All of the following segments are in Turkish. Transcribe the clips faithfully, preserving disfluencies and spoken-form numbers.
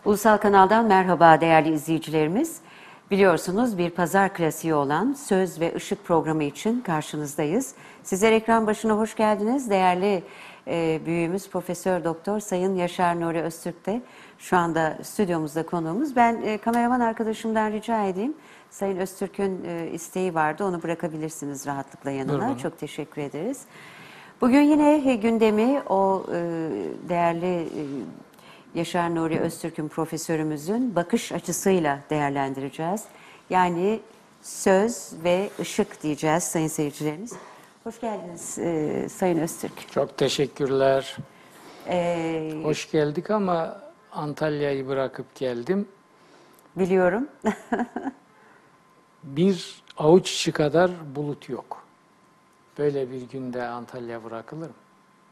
Ulusal Kanal'dan merhaba değerli izleyicilerimiz. Biliyorsunuz bir pazar klasiği olan Söz ve Işık programı için karşınızdayız. Sizler ekran başına hoş geldiniz. Değerli e, büyüğümüz Profesör Doktor Sayın Yaşar Nuri Öztürk de şu anda stüdyomuzda konuğumuz. Ben e, kameraman arkadaşımdan rica edeyim. Sayın Öztürk'ün e, isteği vardı. Onu bırakabilirsiniz rahatlıkla yanına. Merhaba. Çok teşekkür ederiz. Bugün yine gündemi o e, değerli e, Yaşar Nuri Öztürk'ün profesörümüzün bakış açısıyla değerlendireceğiz. Yani söz ve ışık diyeceğiz sayın seyircilerimiz. Hoş geldiniz e, Sayın Öztürk. Çok teşekkürler. Ee, Hoş geldik ama Antalya'yı bırakıp geldim. Biliyorum. Bir avuç içi kadar bulut yok. Böyle bir günde Antalya bırakılır mı?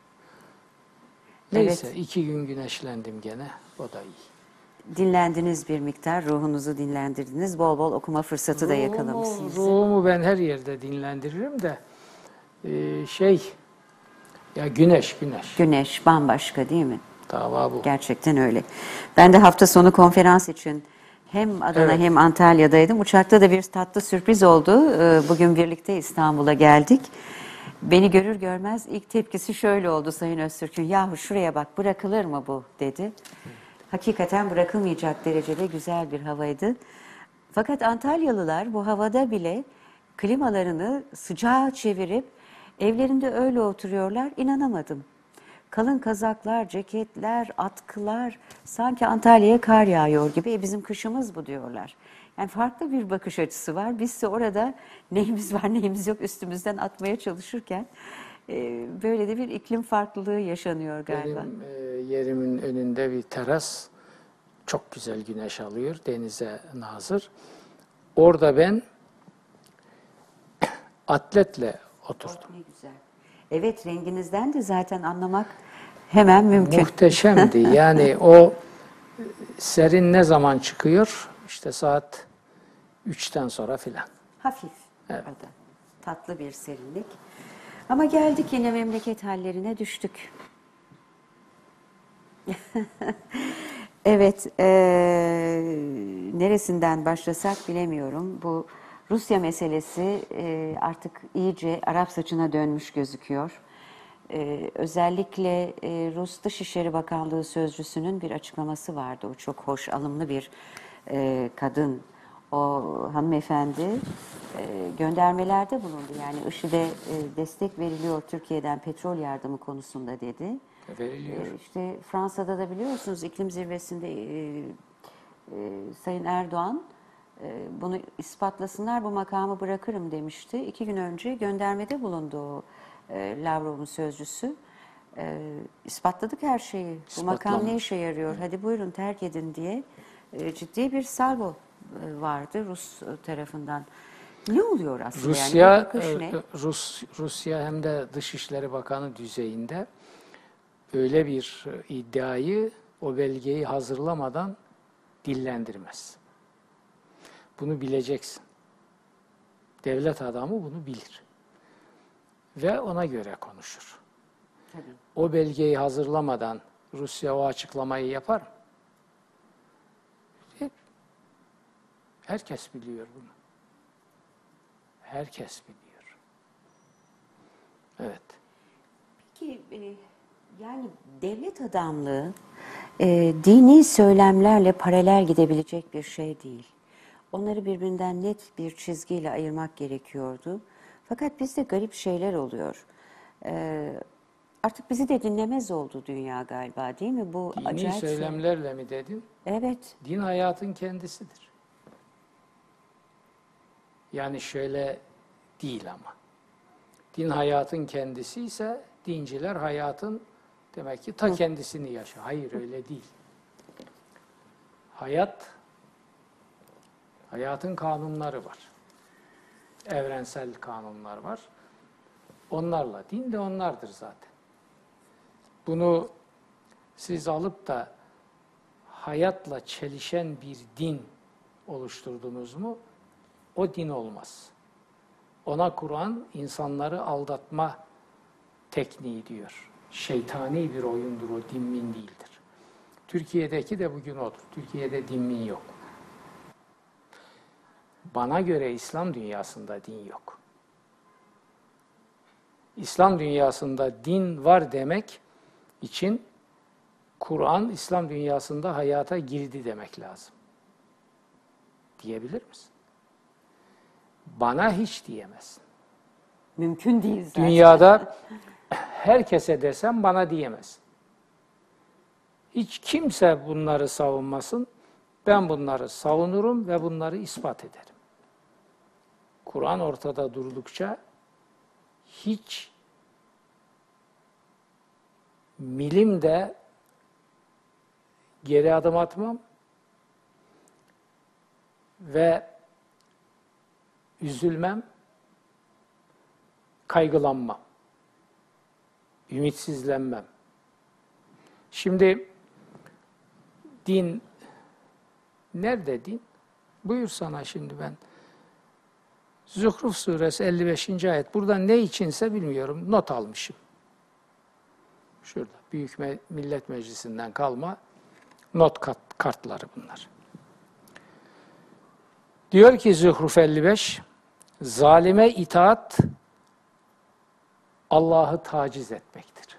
Neyse, Evet. iki gün güneşlendim gene. O da iyi. Dinlendiniz bir miktar, ruhunuzu dinlendirdiniz. Bol bol okuma fırsatı da yakalamışsınız. Ruhumu ben her yerde dinlendiririm de e, şey, ya güneş, güneş. Güneş bambaşka değil mi? Dava bu. Gerçekten öyle. Ben de hafta sonu konferans için hem Adana Evet. hem Antalya'daydım. Uçakta da bir tatlı sürpriz oldu. Ee, Bugün birlikte İstanbul'a geldik. Beni görür görmez ilk tepkisi şöyle oldu Sayın Öztürk'ün. Yahu şuraya bak, bırakılır mı bu dedi. Hakikaten bırakılmayacak derecede güzel bir havaydı. Fakat Antalyalılar bu havada bile klimalarını sıcağa çevirip evlerinde öyle oturuyorlar. İnanamadım. Kalın kazaklar, ceketler, atkılar, sanki Antalya'ya kar yağıyor gibi. E bizim kışımız bu diyorlar. Yani farklı bir bakış açısı var. Biz de orada neyimiz var neyimiz yok üstümüzden atmaya çalışırken e, böyle de bir iklim farklılığı yaşanıyor galiba. Benim e, yerimin önünde bir teras. Çok güzel güneş alıyor. Denize nazır. Orada ben atletle oturdum. Oh, ne güzel. Evet, renginizden de zaten anlamak hemen mümkün. Muhteşemdi. Yani o serin ne zaman çıkıyor? İşte saat üçten sonra filan. Hafif. Evet. Arada. Tatlı bir serinlik. Ama geldik yine memleket hallerine düştük. Evet, e, neresinden başlasak bilemiyorum. Bu Rusya meselesi e, artık iyice Arap saçına dönmüş gözüküyor. E, özellikle e, Rus Dışişleri Bakanlığı Sözcüsü'nün bir açıklaması vardı. O çok hoş, alımlı bir e, kadın. O hanımefendi e, göndermelerde bulundu. Yani IŞİD'e e, destek veriliyor Türkiye'den petrol yardımı konusunda dedi. Veriliyor. E, işte Fransa'da da biliyorsunuz iklim zirvesinde e, e, Sayın Erdoğan e, bunu ispatlasınlar bu makamı bırakırım demişti. İki gün önce göndermede bulundu o e, Lavrov'un sözcüsü. E, ispatladık her şeyi. Bu makam ne İspatlanmış. işe yarıyor? Hadi buyurun terk edin diye e, ciddi bir salvo e, vardı Rus tarafından. Ne oluyor aslında Rusya, yani? Bu bakış ne? e, Rus, Rusya hem de Dışişleri Bakanı düzeyinde öyle bir iddiayı o belgeyi hazırlamadan dillendirmez. Bunu bileceksin. Devlet adamı bunu bilir. Ve ona göre konuşur. Tabii. O belgeyi hazırlamadan Rusya o açıklamayı yapar mı? Herkes biliyor bunu. Herkes biliyor. Evet. Peki e, yani devlet adamlığı e, dini söylemlerle paralel gidebilecek bir şey değil. Onları birbirinden net bir çizgiyle ayırmak gerekiyordu. Fakat bizde garip şeyler oluyor. E, artık bizi de dinlemez oldu dünya galiba değil mi? Bu Dini acayip şey. söylemlerle mi dedin? Evet. Din hayatın kendisidir. Yani şöyle değil ama. Din hayatın kendisi ise dinciler hayatın demek ki ta kendisini yaşa. Hayır öyle değil. Hayat, hayatın kanunları var. Evrensel kanunlar var. Onlarla, din de onlardır zaten. Bunu siz alıp da hayatla çelişen bir din oluşturdunuz mu, o din olmaz. Ona Kur'an insanları aldatma tekniği diyor. Şeytani bir oyundur o, din min değildir. Türkiye'deki de bugün odur. Türkiye'de din min yok. Bana göre İslam dünyasında din yok. İslam dünyasında din var demek için Kur'an İslam dünyasında hayata girdi demek lazım. Diyebilir misin? Bana hiç diyemezsin. Mümkün değil zaten. Dünyada herkese desem bana diyemezsin. Hiç kimse bunları savunmasın. Ben bunları savunurum ve bunları ispat ederim. Kur'an ortada durdukça hiç milim de geri adım atmam ve üzülmem, kaygılanmam, ümitsizlenmem. Şimdi din, nerede din? Buyur sana şimdi ben. Zuhruf suresi elli beşinci ayet. Burada ne içinse bilmiyorum. Not almışım. Şurada. Büyük Millet Meclisi'nden kalma not kart, kartları bunlar. Diyor ki Zuhruf elli beş, zalime itaat Allah'ı taciz etmektir.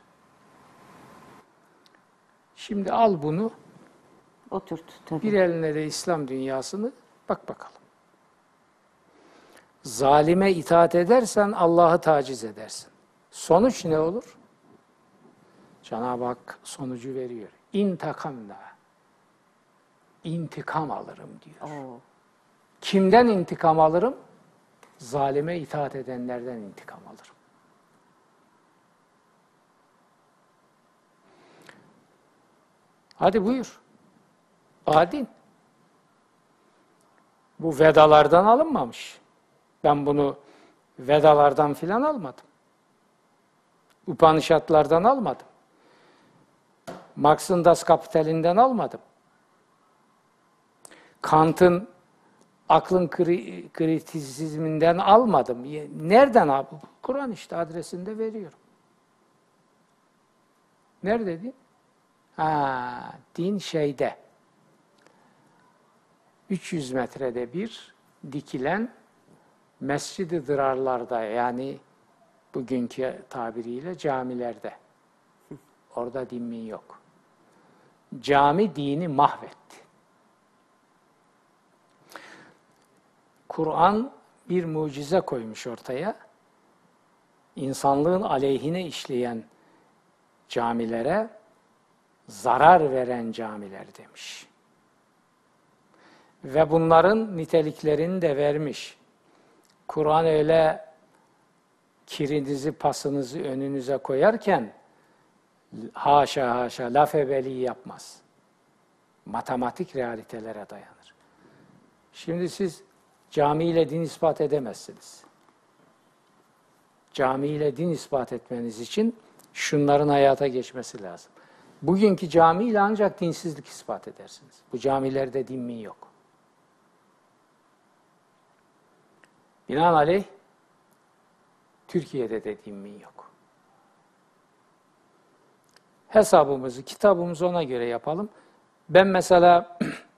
Şimdi al bunu, Oturt tabii. bir eline de İslam dünyasını, bak bakalım. Zalime itaat edersen Allah'ı taciz edersin. Sonuç ne olur? Cenab-ı Hak sonucu veriyor. İntikamla. İntikam alırım diyor. Oo. Kimden intikam alırım? Zalime itaat edenlerden intikam alırım. Hadi buyur. Adin. Bu Vedalardan alınmamış. Ben bunu Vedalardan filan almadım. Upanishadlardan almadım. Marx'ın Das Kapital'inden almadım. Kant'ın aklın kri, kritisizminden almadım. Nereden abi? Kur'an işte adresinde veriyorum. Nerede din? Ha, din şeyde. üç yüz metrede bir dikilen mescid-i dırarlarda, yani bugünkü tabiriyle camilerde. Orada din min yok. Cami dini mahvetti. Kur'an bir mucize koymuş ortaya. İnsanlığın aleyhine işleyen camilere zarar veren camiler demiş. Ve bunların niteliklerini de vermiş. Kur'an öyle kirinizi, pasınızı önünüze koyarken haşa haşa laf ebeliği yapmaz. Matematik realitelere dayanır. Şimdi siz camiyle din ispat edemezsiniz. Camiyle din ispat etmeniz için şunların hayata geçmesi lazım. Bugünkü camiyle ancak dinsizlik ispat edersiniz. Bu camilerde din min yok. Binaenaleyh Türkiye'de de din min yok. Hesabımızı, kitabımızı ona göre yapalım. Ben mesela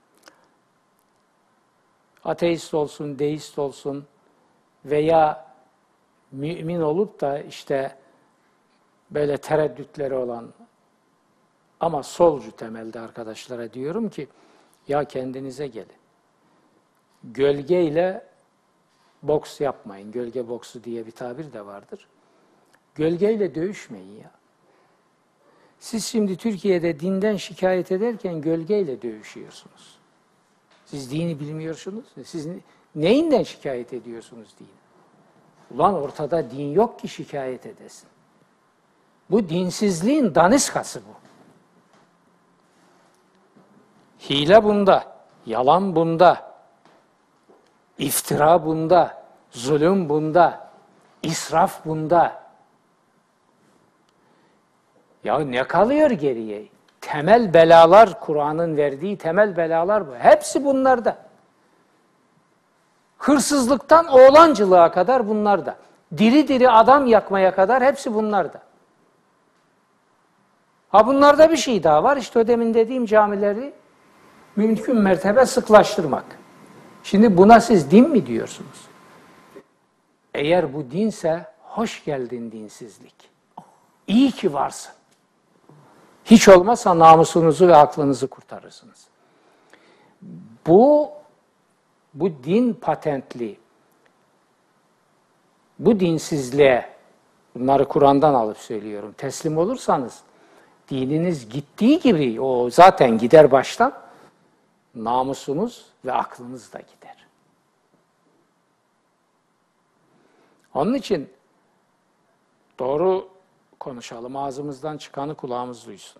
ateist olsun, deist olsun veya mümin olup da işte böyle tereddütleri olan ama solcu temelde arkadaşlara diyorum ki ya kendinize gelin. Gölgeyle boks yapmayın. Gölge boksu diye bir tabir de vardır. Gölgeyle dövüşmeyin ya. Siz şimdi Türkiye'de dinden şikayet ederken gölgeyle dövüşüyorsunuz. Siz dini bilmiyorsunuz. Siz neyinden şikayet ediyorsunuz dini? Ulan ortada din yok ki şikayet edesin. Bu dinsizliğin daniskası bu. Hile bunda, yalan bunda, iftira bunda, zulüm bunda, israf bunda. Ya ne kalıyor geriye? Temel belalar, Kur'an'ın verdiği temel belalar bu. Hepsi bunlarda. Hırsızlıktan oğlancılığa kadar bunlarda. Diri diri adam yakmaya kadar hepsi bunlarda. Ha bunlarda bir şey daha var. İşte o demin dediğim camileri mümkün mertebe sıklaştırmak. Şimdi buna siz din mi diyorsunuz? Eğer bu dinse hoş geldin dinsizlik. İyi ki varsın. Hiç olmazsa namusunuzu ve aklınızı kurtarırsınız. Bu bu din patentli, bu dinsizliğe, bunları Kur'an'dan alıp söylüyorum, teslim olursanız dininiz gittiği gibi, o zaten gider baştan, namusunuz ve aklınız da gider. Onun için doğru konuşalım, ağzımızdan çıkanı kulağımız duysun.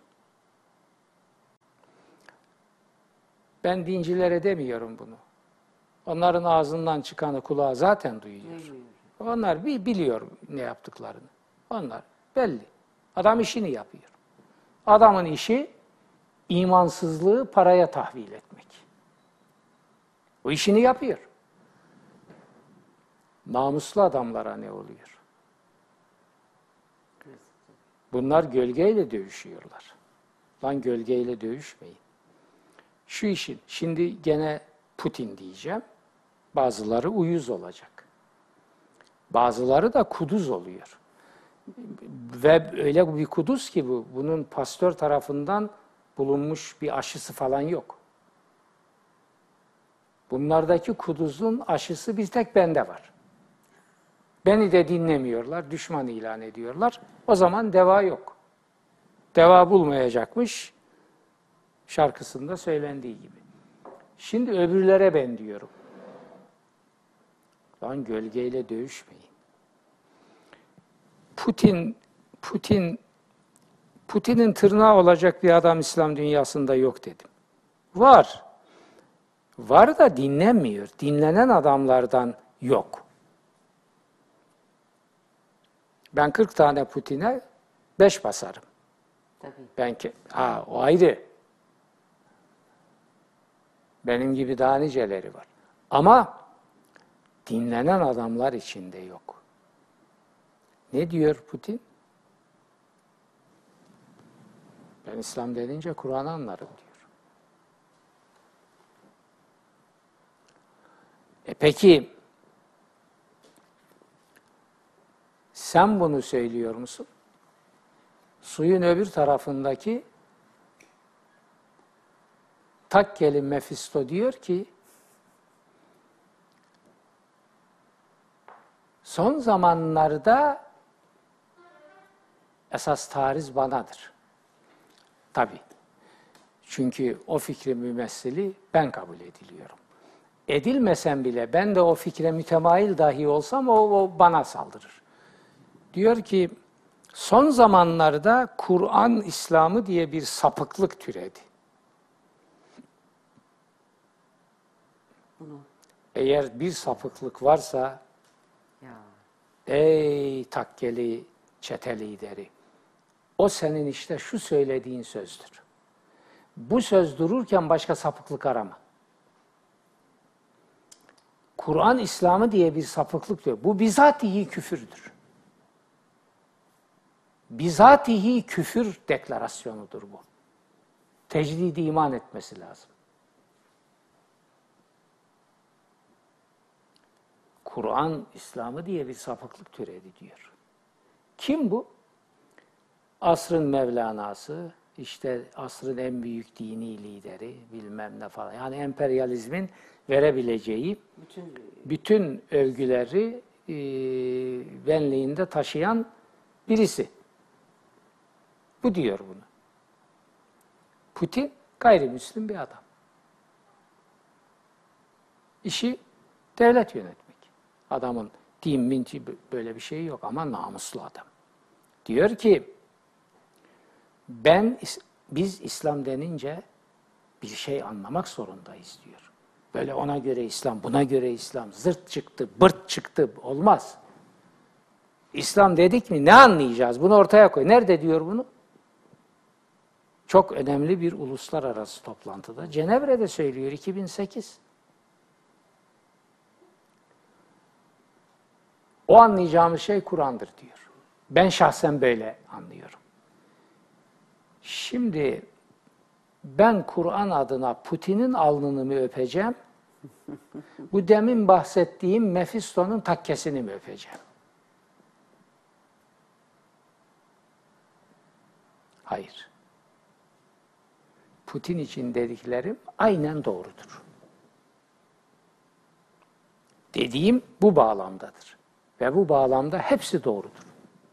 Ben dincilere demiyorum bunu. Onların ağzından çıkanı kulağı zaten duyuyor. Onlar bir biliyor ne yaptıklarını. Onlar belli. Adam işini yapıyor. Adamın işi imansızlığı paraya tahvil etmek. O işini yapıyor. Namuslu adamlara ne oluyor? Bunlar gölgeyle dövüşüyorlar. Lan gölgeyle dövüşmeyin. Şu işin, şimdi gene Putin diyeceğim. Bazıları uyuz olacak. Bazıları da kuduz oluyor. Ve öyle bir kuduz ki bu, bunun pastör tarafından bulunmuş bir aşısı falan yok. Bunlardaki kuduzun aşısı bir tek bende var. Beni de dinlemiyorlar, düşman ilan ediyorlar. O zaman deva yok. Deva bulmayacakmış, şarkısında söylendiği gibi. Şimdi öbürlere ben diyorum. Lan gölgeyle dövüşmeyin. Putin, Putin, Putin'in tırnağı olacak bir adam İslam dünyasında yok dedim. Var. Var da dinlenmiyor. Dinlenen adamlardan yok. Ben kırk tane Putin'e beş basarım. Tabii. Ben ki, ha, o ayrı. Benim gibi daha niceleri var. Ama dinlenen adamlar içinde yok. Ne diyor Putin? Ben İslam denince Kur'an'ı anlarım diyor. E peki sen bunu söylüyor musun? Suyun öbür tarafındaki Takkeli Mefisto diyor ki son zamanlarda esas tariz banadır. Tabii. Çünkü o fikrin mümessili ben kabul ediliyorum. Edilmesem bile ben de o fikre mütemayil dahi olsam o, o bana saldırır. Diyor ki son zamanlarda Kur'an İslamı diye bir sapıklık türedi. Bunu. Eğer bir sapıklık varsa Ya. ey takkeli çete lideri, o senin işte şu söylediğin sözdür. Bu söz dururken başka sapıklık arama. Kur'an İslamı diye bir sapıklık diyor. Bu bizatihi küfürdür. Bizatihi küfür deklarasyonudur bu. Tecdidi iman etmesi lazım. Kur'an İslamı diye bir sapıklık türedi diyor. Kim bu? Asrın Mevlana'sı, işte asrın en büyük dini lideri, bilmem ne falan. Yani emperyalizmin verebileceği bütün, bütün övgüleri e, benliğinde taşıyan birisi. Bu diyor bunu. Putin gayrimüslim bir adam. İşi devlet yönetmek. Adamın din, minci böyle bir şey yok ama namuslu adam. Diyor ki ben biz İslam denince bir şey anlamak zorundayız diyor. Böyle ona göre İslam, buna göre İslam, zırt çıktı, bırt çıktı olmaz. İslam dedik mi ne anlayacağız? Bunu ortaya koy. Nerede diyor bunu? Çok önemli bir uluslararası toplantıda. Cenevre'de söylüyor iki bin sekiz. O anlayacağımız şey Kur'an'dır diyor. Ben şahsen böyle anlıyorum. Şimdi ben Kur'an adına Putin'in alnını mı öpeceğim? Bu demin bahsettiğim Mephisto'nun takkesini mi öpeceğim? Hayır. Putin için dediklerim aynen doğrudur. Dediğim bu bağlamdadır. Ve bu bağlamda hepsi doğrudur.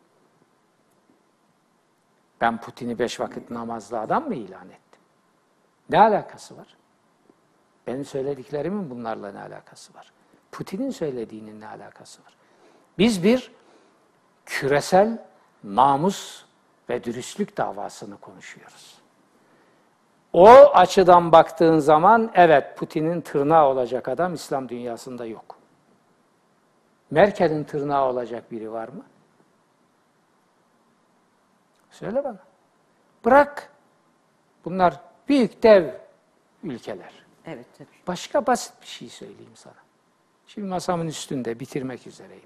Ben Putin'i beş vakit namazlı adam mı ilan ettim? Ne alakası var? Benim söylediklerimin bunlarla ne alakası var? Putin'in söylediğinin ne alakası var? Biz bir küresel namus ve dürüstlük davasını konuşuyoruz. O açıdan baktığın zaman evet Putin'in tırnağı olacak adam İslam dünyasında yok. Merkel'in tırnağı olacak biri var mı? Söyle bana. Bırak. Bunlar büyük dev ülkeler. Evet tabii. Başka basit bir şey söyleyeyim sana. Şimdi masamın üstünde bitirmek üzereyim.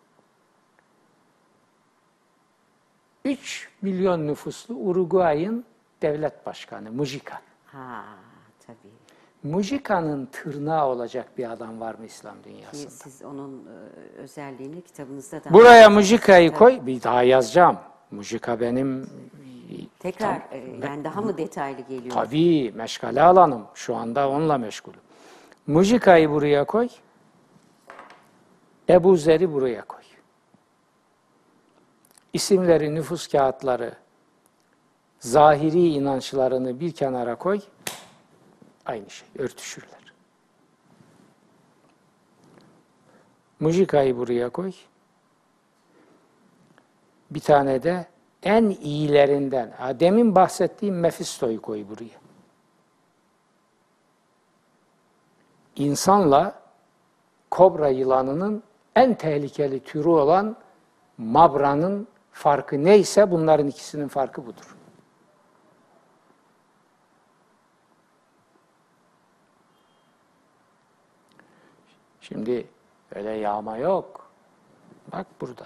üç milyon nüfuslu Uruguay'ın devlet başkanı Mujica. Ha tabii. Mujica'nın tırnağı olacak bir adam var mı İslam Ki dünyasında? siz onun e, özelliğini kitabınızda da... Buraya Mujica'yı koy, bir daha yazacağım. Mujica benim... Tekrar Tam, e, yani daha mı detaylı geliyor? Tabii, meşgale alanım. Şu anda onunla meşgulüm. Mujica'yı buraya koy, Ebu Zer'i buraya koy. İsimleri, nüfus kağıtları, zahiri inançlarını bir kenara koy, aynı şey, örtüşürler. Mujica'yı buraya koy. Bir tane de en iyilerinden, ha, demin bahsettiğim Mephisto'yu koy buraya. İnsanla kobra yılanının en tehlikeli türü olan mabranın farkı neyse bunların ikisinin farkı budur. Şimdi öyle yağma yok. Bak burada.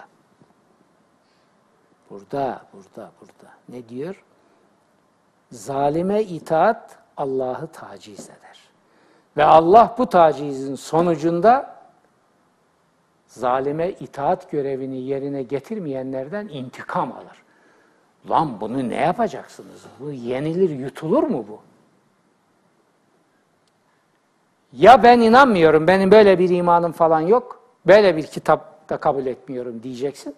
Burada, burada, burada. Ne diyor? Zalime itaat Allah'ı taciz eder. Ve Allah bu tacizin sonucunda zalime itaat görevini yerine getirmeyenlerden intikam alır. Lan bunu ne yapacaksınız? Bu yenilir, yutulur mu bu? Ya ben inanmıyorum, benim böyle bir imanım falan yok, böyle bir kitap da kabul etmiyorum diyeceksin.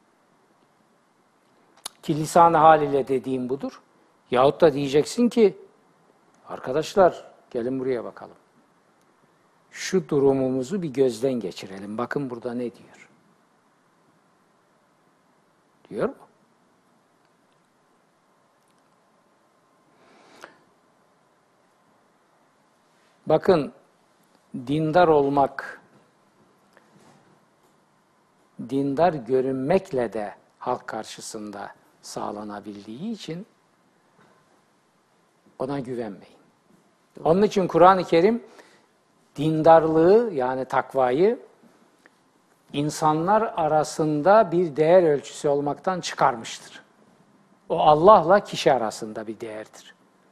Ki lisan-ı haliyle dediğim budur. Yahut da diyeceksin ki, arkadaşlar gelin buraya bakalım. Şu durumumuzu bir gözden geçirelim. Bakın burada ne diyor? Diyor mu? Bakın, dindar olmak, dindar görünmekle de halk karşısında sağlanabildiği için ona güvenmeyin. Onun için Kur'an-ı Kerim dindarlığı yani takvayı insanlar arasında bir değer ölçüsü olmaktan çıkarmıştır. O Allah'la kişi arasında bir değerdir.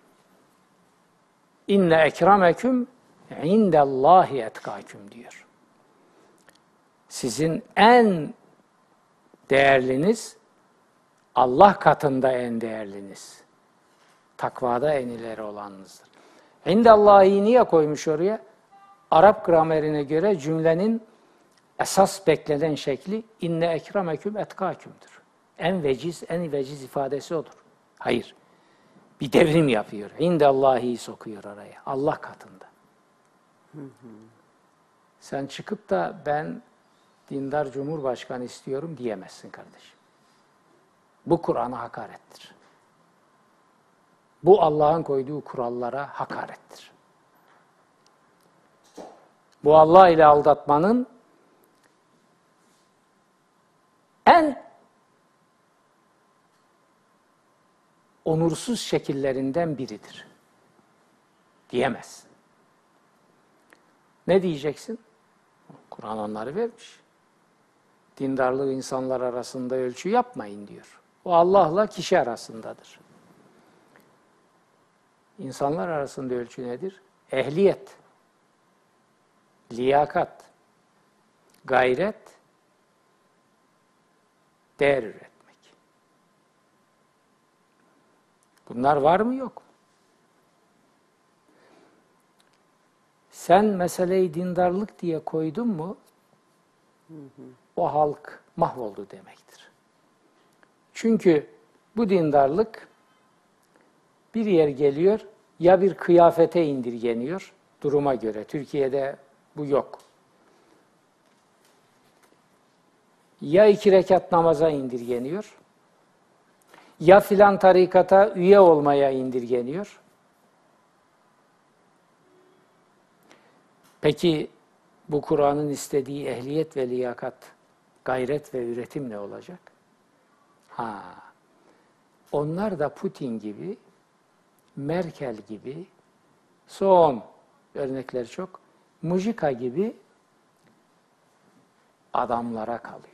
İnne ekremeküm indellahi etkâküm diyor. Sizin en değerliniz Allah katında en değerliniz. Takvada en ileri olanınızdır. İndellahi niye koymuş oraya? Arap gramerine göre cümlenin esas beklenen şekli inne ekremeküm etkâkümdür. En veciz, en veciz ifadesi odur. Hayır. Bir devrim yapıyor. İndellahi'yi sokuyor araya. Allah katında. Hı hı. Sen çıkıp da ben dindar cumhurbaşkanı istiyorum diyemezsin kardeşim. Bu Kur'an'a hakarettir. Bu Allah'ın koyduğu kurallara hakarettir. Bu Allah ile aldatmanın en onursuz şekillerinden biridir. Diyemezsin. Ne diyeceksin? Kur'an onları vermiş. Dindarlığı insanlar arasında ölçü yapmayın diyor. O Allah'la kişi arasındadır. İnsanlar arasında ölçü nedir? Ehliyet, liyakat, gayret, değer üretmek. Bunlar var mı yok mu? Sen meseleyi dindarlık diye koydun mu, hı hı. o halk mahvoldu demektir. Çünkü bu dindarlık bir yer geliyor, ya bir kıyafete indirgeniyor, duruma göre. Türkiye'de bu yok. Ya iki rekat namaza indirgeniyor, ya filan tarikata üye olmaya indirgeniyor. Peki bu Kur'an'ın istediği ehliyet ve liyakat, gayret ve üretim ne olacak? Ha, onlar da Putin gibi, Merkel gibi, son örnekler çok, Mujica gibi adamlara kalıyor.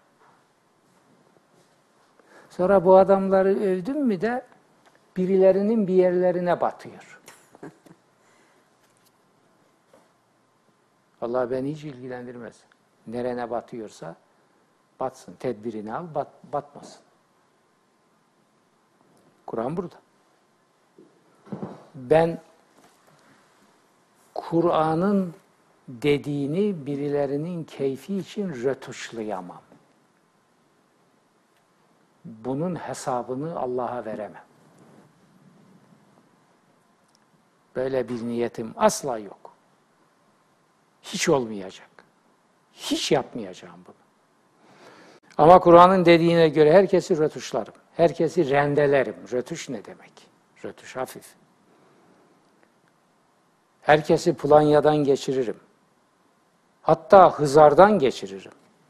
Sonra bu adamları övdün mü de birilerinin bir yerlerine batıyor. Vallahi beni hiç ilgilendirmez. Nerene batıyorsa batsın. Tedbirini al, bat, batmasın. Kur'an burada. Ben Kur'an'ın dediğini birilerinin keyfi için rötuşlayamam. Bunun hesabını Allah'a veremem. Böyle bir niyetim asla yok. Hiç olmayacak. Hiç yapmayacağım bunu. Ama Kur'an'ın dediğine göre herkesi rötuşlarım. Herkesi rendelerim. Rötuş ne demek? Rötuş hafif. Herkesi Planya'dan geçiririm. Hatta Hızar'dan geçiririm.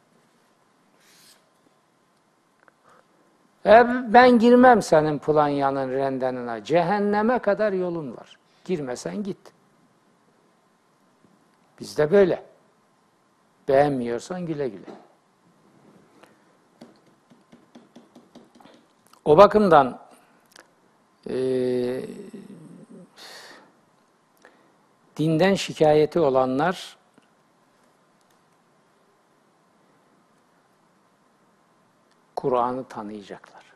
E ben girmem senin Planya'nın rendenine. Cehenneme kadar yolun var. Girmesen git. Bizde böyle. Beğenmiyorsan güle güle. O bakımdan e, dinden şikayeti olanlar Kur'an'ı tanıyacaklar.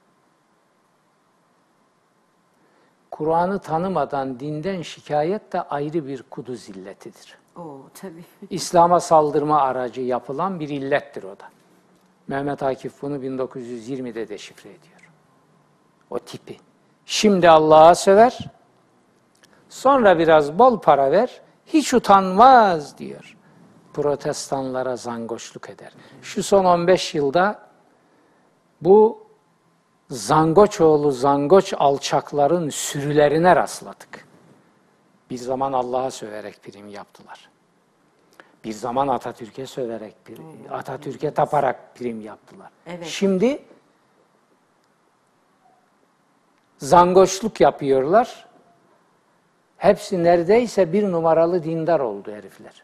Kur'an'ı tanımadan dinden şikayet de ayrı bir kudu zilletidir. Oo, tabii. İslam'a saldırma aracı yapılan bir illettir o da. Mehmet Akif bunu bin dokuz yüz yirmide deşifre ediyor. O tipi. Şimdi Allah'a söver, sonra biraz bol para ver, hiç utanmaz diyor. Protestanlara zangoçluk eder. Şu son on beş yılda bu zangoçoğlu zangoç alçakların sürülerine rastladık. Bir zaman Allah'a söverek prim yaptılar. Bir zaman Atatürk'e söverek, Atatürk'e taparak prim yaptılar. Evet. Şimdi zangoçluk yapıyorlar. Hepsi neredeyse bir numaralı dindar oldu herifler.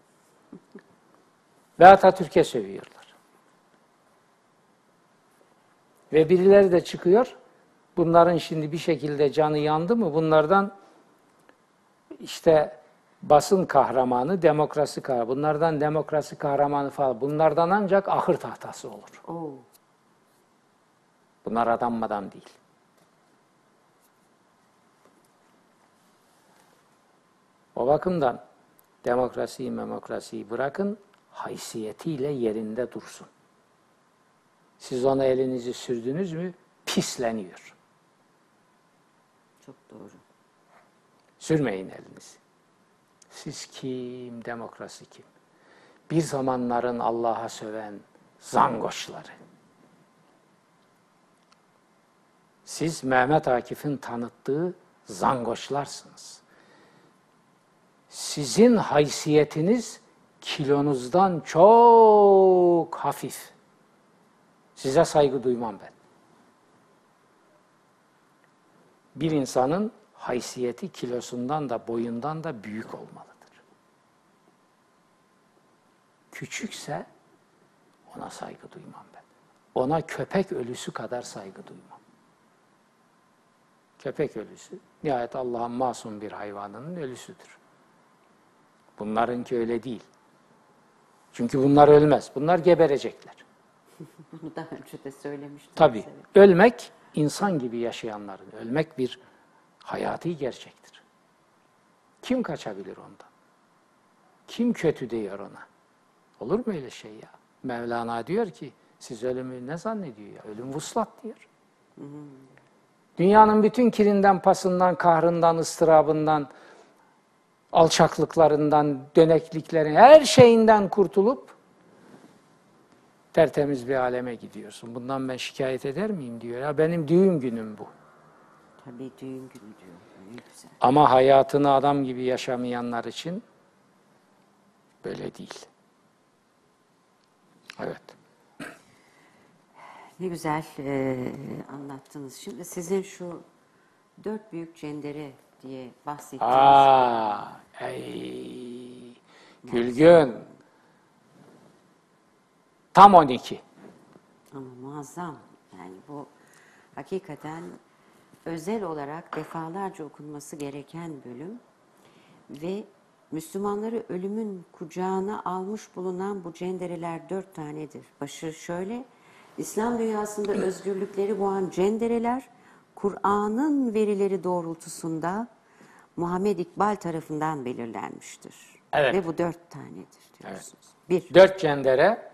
Ve Atatürk'e sövüyorlar. Ve birileri de çıkıyor. Bunların şimdi bir şekilde canı yandı mı? Bunlardan işte basın kahramanı, demokrasi kahramanı. Bunlardan demokrasi kahramanı falan. Bunlardan ancak ahır tahtası olur. Oo. Bunlar adam madam değil. O bakımdan demokrasiyi, demokrasiyi bırakın, haysiyetiyle yerinde dursun. Siz ona elinizi sürdünüz mü, pisleniyor. Çok doğru. Sürmeyin elinizi. Siz kim, demokrasi kim? Bir zamanların Allah'a söven zangoçları. Siz Mehmet Akif'in tanıttığı zangoçlarsınız. Sizin haysiyetiniz kilonuzdan çok hafif. Size saygı duymam ben. Bir insanın haysiyeti kilosundan da boyundan da büyük olmalıdır. Küçükse ona saygı duymam ben. Ona köpek ölüsü kadar saygı duymam. köpek ölüsü nihayet Allah'ın masum bir hayvanının ölüsüdür. Bunlarınki öyle değil. Çünkü bunlar ölmez. Bunlar geberecekler. Bunu daha önce de söylemiştim. Tabii. Ölmek, insan gibi yaşayanların, ölmek bir hayati gerçektir. Kim kaçabilir ondan? Kim kötü diyor ona? Olur mu öyle şey ya? Mevlana diyor ki, siz ölümü ne zannediyor ya? Ölüm vuslat diyor. Hmm. Dünyanın bütün kirinden, pasından, kahrından, ıstırabından, alçaklıklarından, dönekliklerin, her şeyinden kurtulup tertemiz bir aleme gidiyorsun. Bundan ben şikayet eder miyim diyor. Ya benim düğün günüm bu. Tabii düğün günü diyor. Ne güzel. Ama hayatını adam gibi yaşamayanlar için böyle değil. Evet. Ne güzel e, anlattınız. Şimdi sizin şu dört büyük cendere diye bahsettiğiniz... Aa, ey, Gülgün. Tam on iki. Ama muazzam. Yani bu hakikaten özel olarak defalarca okunması gereken bölüm ve Müslümanları ölümün kucağına almış bulunan bu cendereler dört tanedir. Başı şöyle, İslam dünyasında özgürlükleri boğan cendereler, Kur'an'ın verileri doğrultusunda Muhammed İkbal tarafından belirlenmiştir. Evet. Ve bu dört tanedir diyorsunuz. Evet. Bir. Dört cendere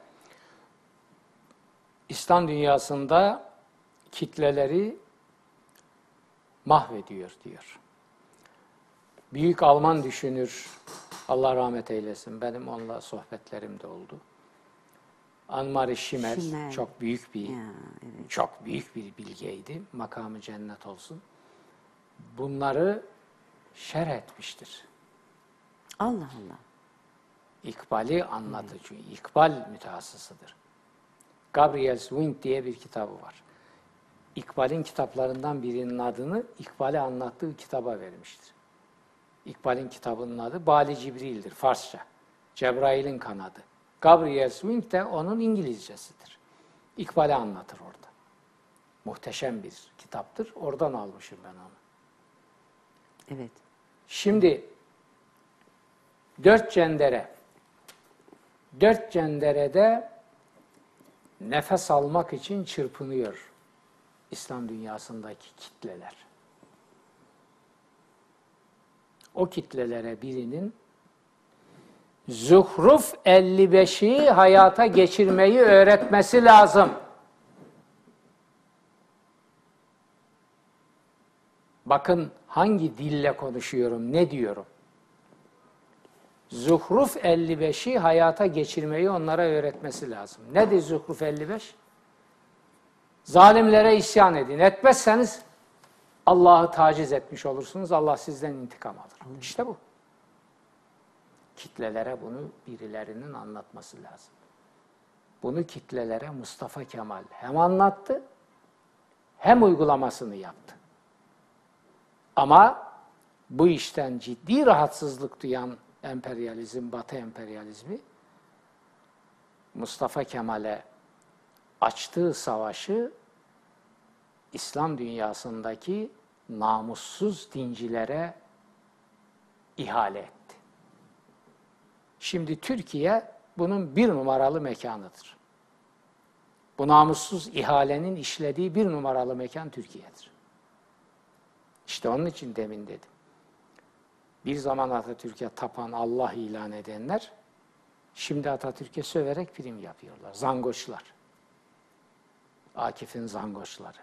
İslam dünyasında kitleleri mahvediyor diyor. Büyük Alman düşünür, Allah rahmet eylesin, benim onunla sohbetlerim de oldu. Annemarie Schimmel, Schimmel. çok büyük bir, Ya, evet. çok büyük bir bilgeydi. Makamı cennet olsun. Bunları şerh etmiştir. Allah Allah. İkbal'i anlatıcı, İkbal mütehassısıdır. Gabriel Zwing diye bir kitabı var. İkbal'in kitaplarından birinin adını İkbal'i anlattığı kitaba vermiştir. İkbal'in kitabının adı Bali Cibril'dir, Farsça. Cebrail'in kanadı. Gabriel Zwing de onun İngilizcesidir. İkbal'i anlatır orada. Muhteşem bir kitaptır. Oradan almışım ben onu. Evet. Şimdi dört cendere. Dört cenderede nefes almak için çırpınıyor İslam dünyasındaki kitleler. O kitlelere birinin Zuhruf elli beşi hayata geçirmeyi öğretmesi lazım. Bakın hangi dille konuşuyorum, ne diyorum. Zuhruf elli beşi hayata geçirmeyi onlara öğretmesi lazım. Nedir Zuhruf elli beş? Zalimlere isyan edin. Etmezseniz Allah'ı taciz etmiş olursunuz. Allah sizden intikam alır. İşte bu. Kitlelere bunu birilerinin anlatması lazım. Bunu kitlelere Mustafa Kemal hem anlattı hem uygulamasını yaptı. Ama bu işten ciddi rahatsızlık duyan emperyalizm, Batı emperyalizmi Mustafa Kemal'e açtığı savaşı İslam dünyasındaki namussuz dincilere ihale etti. Şimdi Türkiye bunun bir numaralı mekanıdır. Bu namussuz ihalenin işlediği bir numaralı mekan Türkiye'dir. İşte onun için demin dedim. Bir zaman Atatürk'e tapan, Allah ilan edenler, şimdi Atatürk'e söverek prim yapıyorlar. Zangoçlar. Akif'in zangoçları.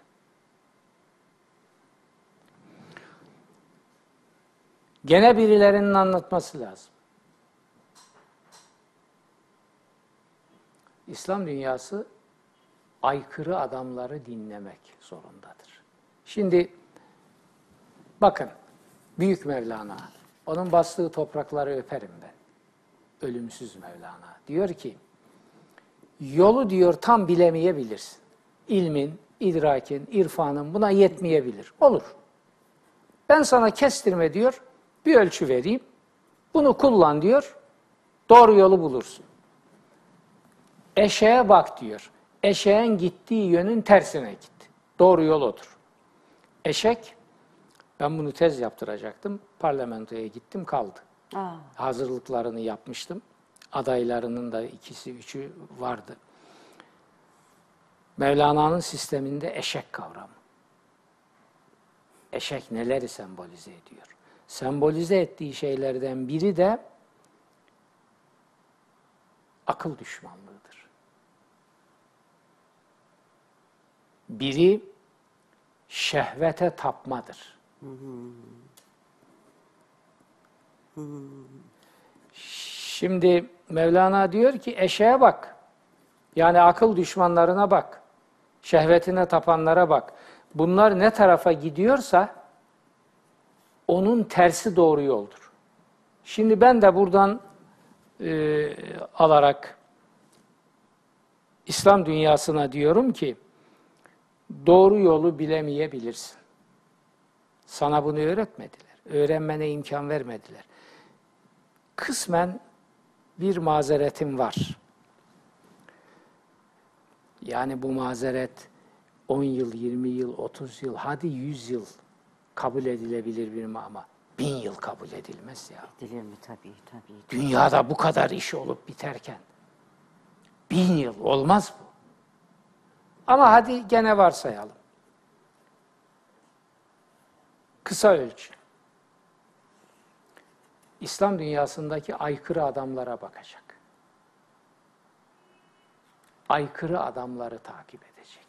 Gene birilerinin anlatması lazım. İslam dünyası aykırı adamları dinlemek zorundadır. Şimdi bakın, Büyük Mevlana, onun bastığı toprakları öperim ben. Ölümsüz Mevlana. Diyor ki, yolu diyor tam bilemeyebilirsin. İlmin, idrakin, irfanın buna yetmeyebilir. Olur. Ben sana kestirme diyor, bir ölçü vereyim. Bunu kullan diyor, doğru yolu bulursun. Eşeğe bak diyor. Eşeğin gittiği yönün tersine git. Doğru yol odur. Eşek Ben bunu tez yaptıracaktım. Parlamentoya gittim, kaldı. Aa. Hazırlıklarını yapmıştım. Adaylarının da ikisi, üçü vardı. Mevlana'nın sisteminde eşek kavramı. Eşek neleri sembolize ediyor? Sembolize ettiği şeylerden biri de akıl düşmanlığıdır. Biri şehvete tapmadır. Şimdi Mevlana diyor ki eşeğe bak. Yani akıl düşmanlarına bak. Şehvetine tapanlara bak. Bunlar ne tarafa gidiyorsa onun tersi doğru yoldur. Şimdi ben de buradan e, alarak İslam dünyasına diyorum ki doğru yolu bilemeyebilirsin. Sana bunu öğretmediler. Öğrenmene imkan vermediler. Kısmen bir mazeretim var. Yani bu mazeret on yıl, yirmi yıl, otuz yıl, hadi yüz yıl kabul edilebilir bir ama bin yıl kabul edilmez ya. Edilir mi? Tabii, tabii. Dünyada bu kadar iş olup biterken bin yıl olmaz bu. Ama hadi gene varsayalım. Kısa ölçü. İslam dünyasındaki aykırı adamlara bakacak. Aykırı adamları takip edecek.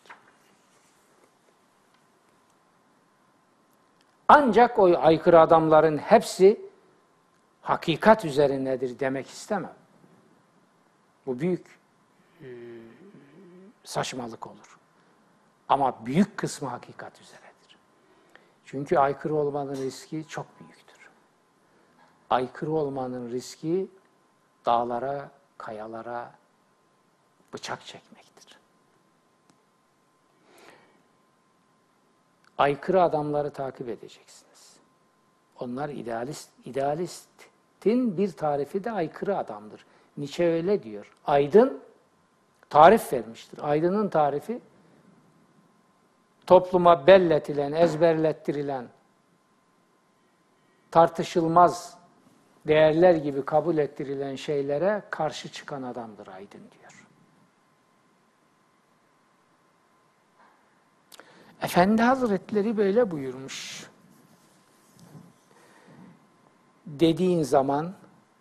Ancak o aykırı adamların hepsi hakikat üzerindedir demek istemem. Bu büyük e, saçmalık olur. Ama büyük kısmı hakikat üzeredir. Çünkü aykırı olmanın riski çok büyüktür. Aykırı olmanın riski dağlara, kayalara bıçak çekmektir. Aykırı adamları takip edeceksiniz. Onlar idealist, idealistin bir tarifi de aykırı adamdır. Nietzsche öyle diyor. Aydın tarif vermiştir. Aydının tarifi topluma belletilen, ezberlettirilen, tartışılmaz değerler gibi kabul ettirilen şeylere karşı çıkan adamdır aydın diyor. Efendi Hazretleri böyle buyurmuş. Dediğin zaman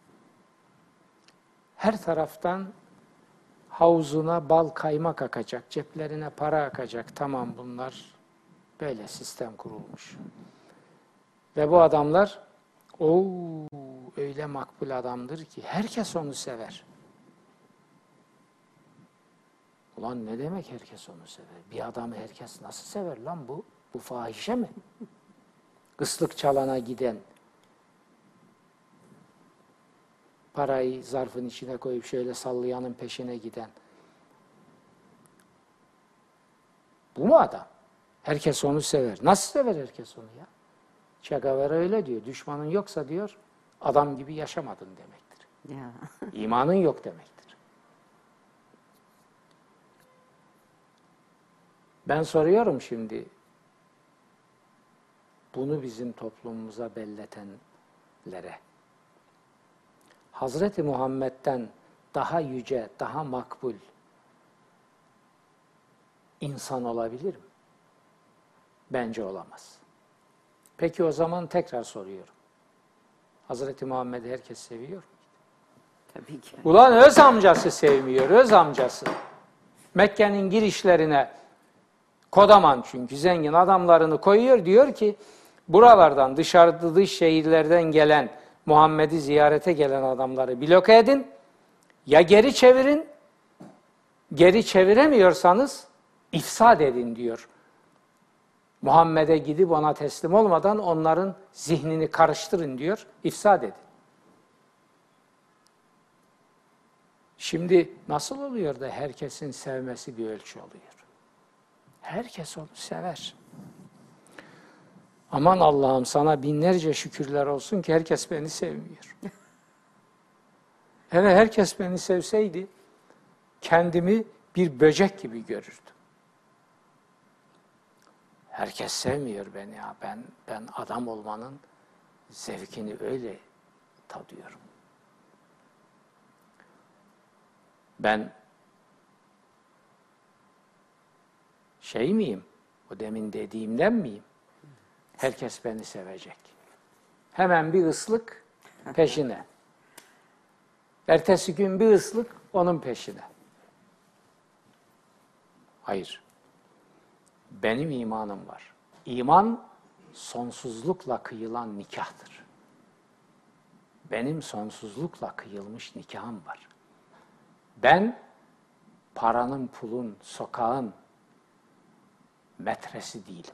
her taraftan havuzuna bal kaymak akacak, ceplerine para akacak. Tamam, bunlar böyle sistem kurulmuş. Ve bu adamlar o öyle makbul adamdır ki herkes onu sever. Ulan ne demek herkes onu sever? Bir adamı herkes nasıl sever lan bu? Bu fahişe mi? Islık çalana giden, parayı zarfın içine koyup şöyle sallayanın peşine giden. Bu mu adam? Herkes onu sever. Nasıl sever herkes onu ya? Che Guevara öyle diyor. Düşmanın yoksa diyor, adam gibi yaşamadın demektir. Ya. İmanın yok demektir. Ben soruyorum şimdi, bunu bizim toplumumuza belletenlere, Hazreti Muhammed'den daha yüce, daha makbul insan olabilir mi? Bence olamaz. Peki o zaman tekrar soruyorum. Hazreti Muhammed'i herkes seviyor mu? Tabii ki. Ulan öz amcası sevmiyor, öz amcası. Mekke'nin girişlerine kodaman, çünkü zengin adamlarını koyuyor, diyor ki buralardan, dışarıda, dış şehirlerden gelen, Muhammed'i ziyarete gelen adamları bloke edin, ya geri çevirin, geri çeviremiyorsanız ifsad edin diyor. Muhammed'e gidip ona teslim olmadan onların zihnini karıştırın diyor, ifsad edin. Şimdi nasıl oluyor da herkesin sevmesi bir ölçü oluyor? Herkes onu sever. Aman Allah'ım, sana binlerce şükürler olsun ki herkes beni sevmiyor. Hele herkes beni sevseydi kendimi bir böcek gibi görürdüm. Herkes sevmiyor beni ya. Ben ben adam olmanın zevkini öyle tadıyorum. Ben şey miyim? O demin dediğimden miyim? Herkes beni sevecek. Hemen bir ıslık peşine. Ertesi gün bir ıslık onun peşine. Hayır. Benim imanım var. İman sonsuzlukla kıyılan nikahtır. Benim sonsuzlukla kıyılmış nikahım var. Ben paranın, pulun, sokağın metresi değilim.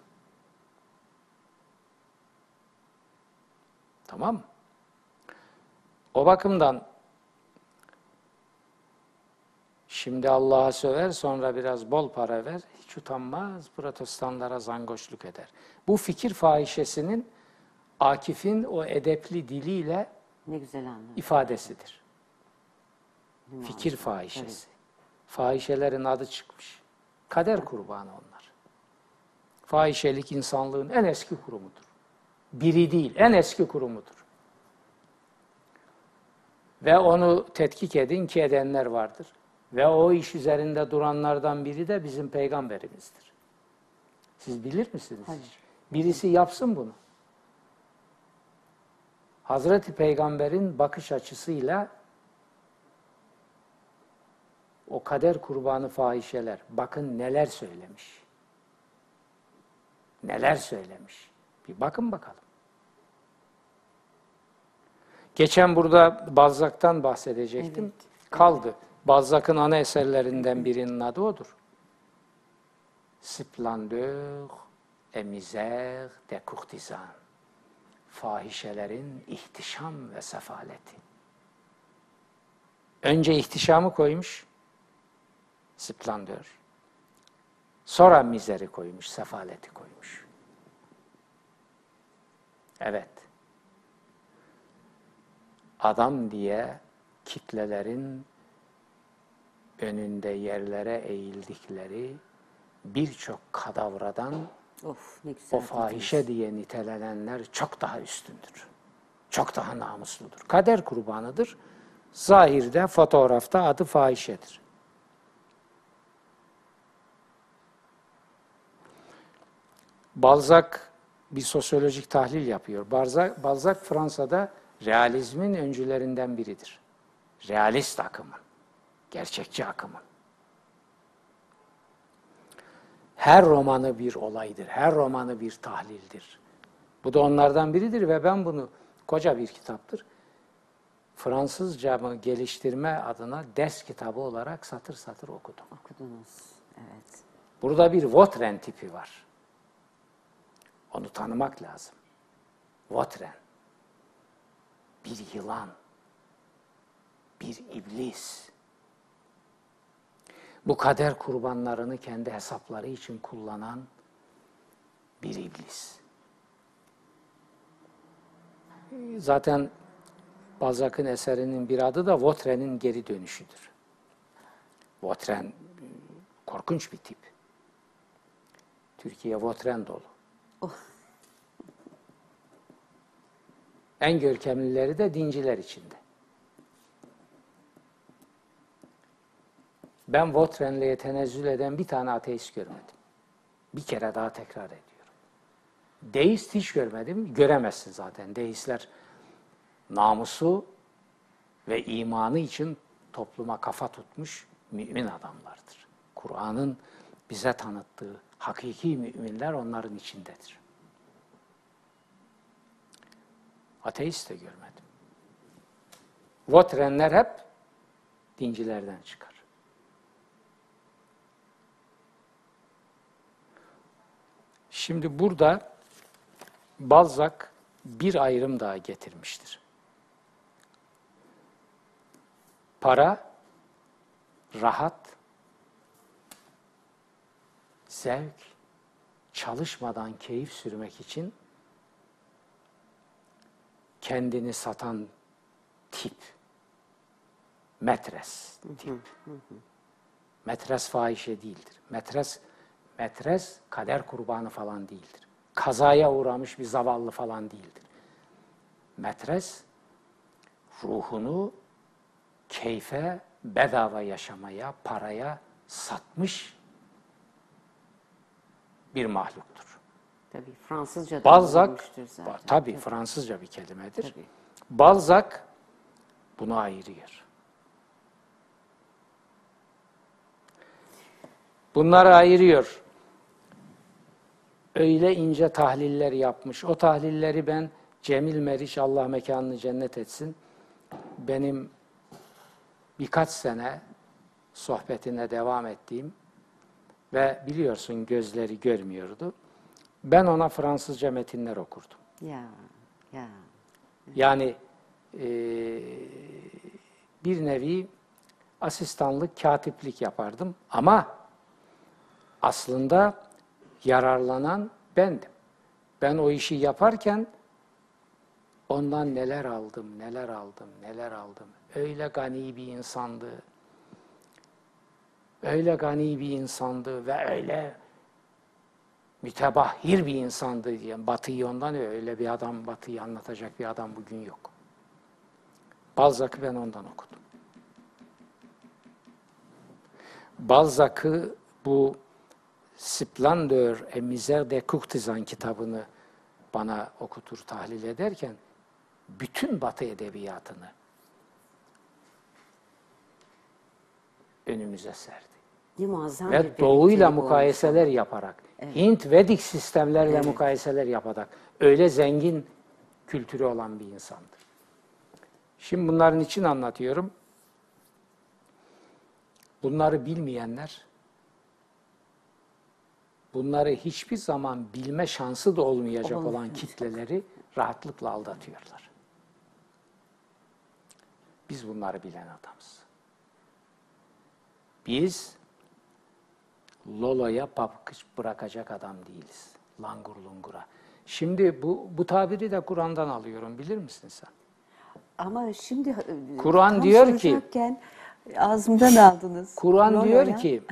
Tamam mı? O bakımdan şimdi Allah'a söver, sonra biraz bol para ver, hiç utanmaz, protestanlara zangoşluk eder. Bu fikir fahişesinin Akif'in o edepli diliyle Ne güzel anladım. ifadesidir. Değil mi Fikir hocam? fahişesi. Fahişelerin adı çıkmış. Kader kurbanı onlar. Fahişelik insanlığın en eski kurumudur. Biri değil, en eski kurumudur. Ve onu tetkik edin ki edenler vardır. Ve o iş üzerinde duranlardan biri de bizim peygamberimizdir. Siz bilir misiniz? Hayır. Birisi yapsın bunu. Hazreti Peygamber'in bakış açısıyla o kader kurbanı fahişeler bakın neler söylemiş. Neler söylemiş. Bir bakın bakalım. Geçen burada Balzac'tan bahsedecektim. Evet. Kaldı. Balzac'ın ana eserlerinden birinin adı odur. Splendeur et misère des courtisans. Fahişelerin ihtişam ve sefaleti. Önce ihtişamı koymuş, splendör. Sonra mizeri koymuş, sefaleti koymuş. Evet. Adam diye kitlelerin önünde yerlere eğildikleri birçok kadavradan Of, ne güzel o fahişe diye nitelenenler çok daha üstündür. Çok daha namusludur. Kader kurbanıdır. Zahirde, fotoğrafta adı fahişedir. Balzac bir sosyolojik tahlil yapıyor. Balzac, Balzac Fransa'da realizmin öncülerinden biridir. Realist akımın, gerçekçi akımın. Her romanı bir olaydır, her romanı bir tahlildir. Bu da onlardan biridir ve ben bunu, koca bir kitaptır, Fransızcamı geliştirme adına ders kitabı olarak satır satır okudum. Okudunuz, evet. Burada bir Vautrin tipi var. Onu tanımak lazım. Vautrin. Bir yılan. Bir iblis. Bu kader kurbanlarını kendi hesapları için kullanan bir iblis. Zaten Balzac'ın eserinin bir adı da Vautrin'in geri dönüşüdür. Vautrin korkunç bir tip. Türkiye Vautrin dolu. Oh. En görkemlileri de dinciler içinde. Ben Vautrin'le tenezzül eden bir tane ateist görmedim. Bir kere daha tekrar ediyorum. Deist hiç görmedim. Göremezsin zaten. Deistler namusu ve imanı için topluma kafa tutmuş mümin adamlardır. Kur'an'ın bize tanıttığı hakiki müminler onların içindedir. Ateist de görmedim. Vautrin'ler hep dincilerden çıkar. Şimdi burada Balzac bir ayrım daha getirmiştir. Para, rahat, zevk, çalışmadan keyif sürmek için kendini satan tip, metres tip. Metres fahişe değildir. Metres Metres kader kurbanı falan değildir. Kazaya uğramış bir zavallı falan değildir. Metres ruhunu keyfe, bedava yaşamaya, paraya satmış bir mahluktur. Tabii Fransızca da Balzac, bölünmüştür zaten. tabii Tabii. Fransızca bir kelimedir. Tabii. Balzac bunu ayırıyor. Bunları ayırıyor. Öyle ince tahliller yapmış. O tahlilleri ben Cemil Meriç, Allah mekanını cennet etsin, benim birkaç sene sohbetine devam ettiğim ve biliyorsun gözleri görmüyordu. Ben ona Fransızca metinler okurdum. Ya, ya. Yani e, bir nevi asistanlık, katiplik yapardım ama aslında yararlanan bendim. Ben o işi yaparken ondan neler aldım, neler aldım, neler aldım. Öyle gani bir insandı. Öyle gani bir insandı ve öyle mütebahhir bir insandı. Yani Batı'yı ondan öyle bir adam, Batı'yı anlatacak bir adam bugün yok. Balzac'ı ben ondan okudum. Balzac'ı bu Splendeur et Misère des Courtisans kitabını bana okutur, tahlil ederken bütün Batı edebiyatını önümüze serdi. Muazzam Ve bir doğuyla birliktelik mukayeseler olmuş. yaparak, Evet. Hint Vedik sistemlerle Evet. mukayeseler yaparak öyle zengin kültürü olan bir insandır. Şimdi bunların için anlatıyorum. Bunları bilmeyenler, bunları hiçbir zaman bilme şansı da olmayacak Olmuyor. olan kitleleri rahatlıkla aldatıyorlar. Biz bunları bilen adamız. Biz Lolo'ya pabuç bırakacak adam değiliz. Langur lungura. Şimdi bu, bu tabiri de Kur'an'dan alıyorum, bilir misin sen? Ama şimdi Kur'an tam diyor ki, soracakken ağzımdan aldınız. Kur'an Lolo diyor ya. ki,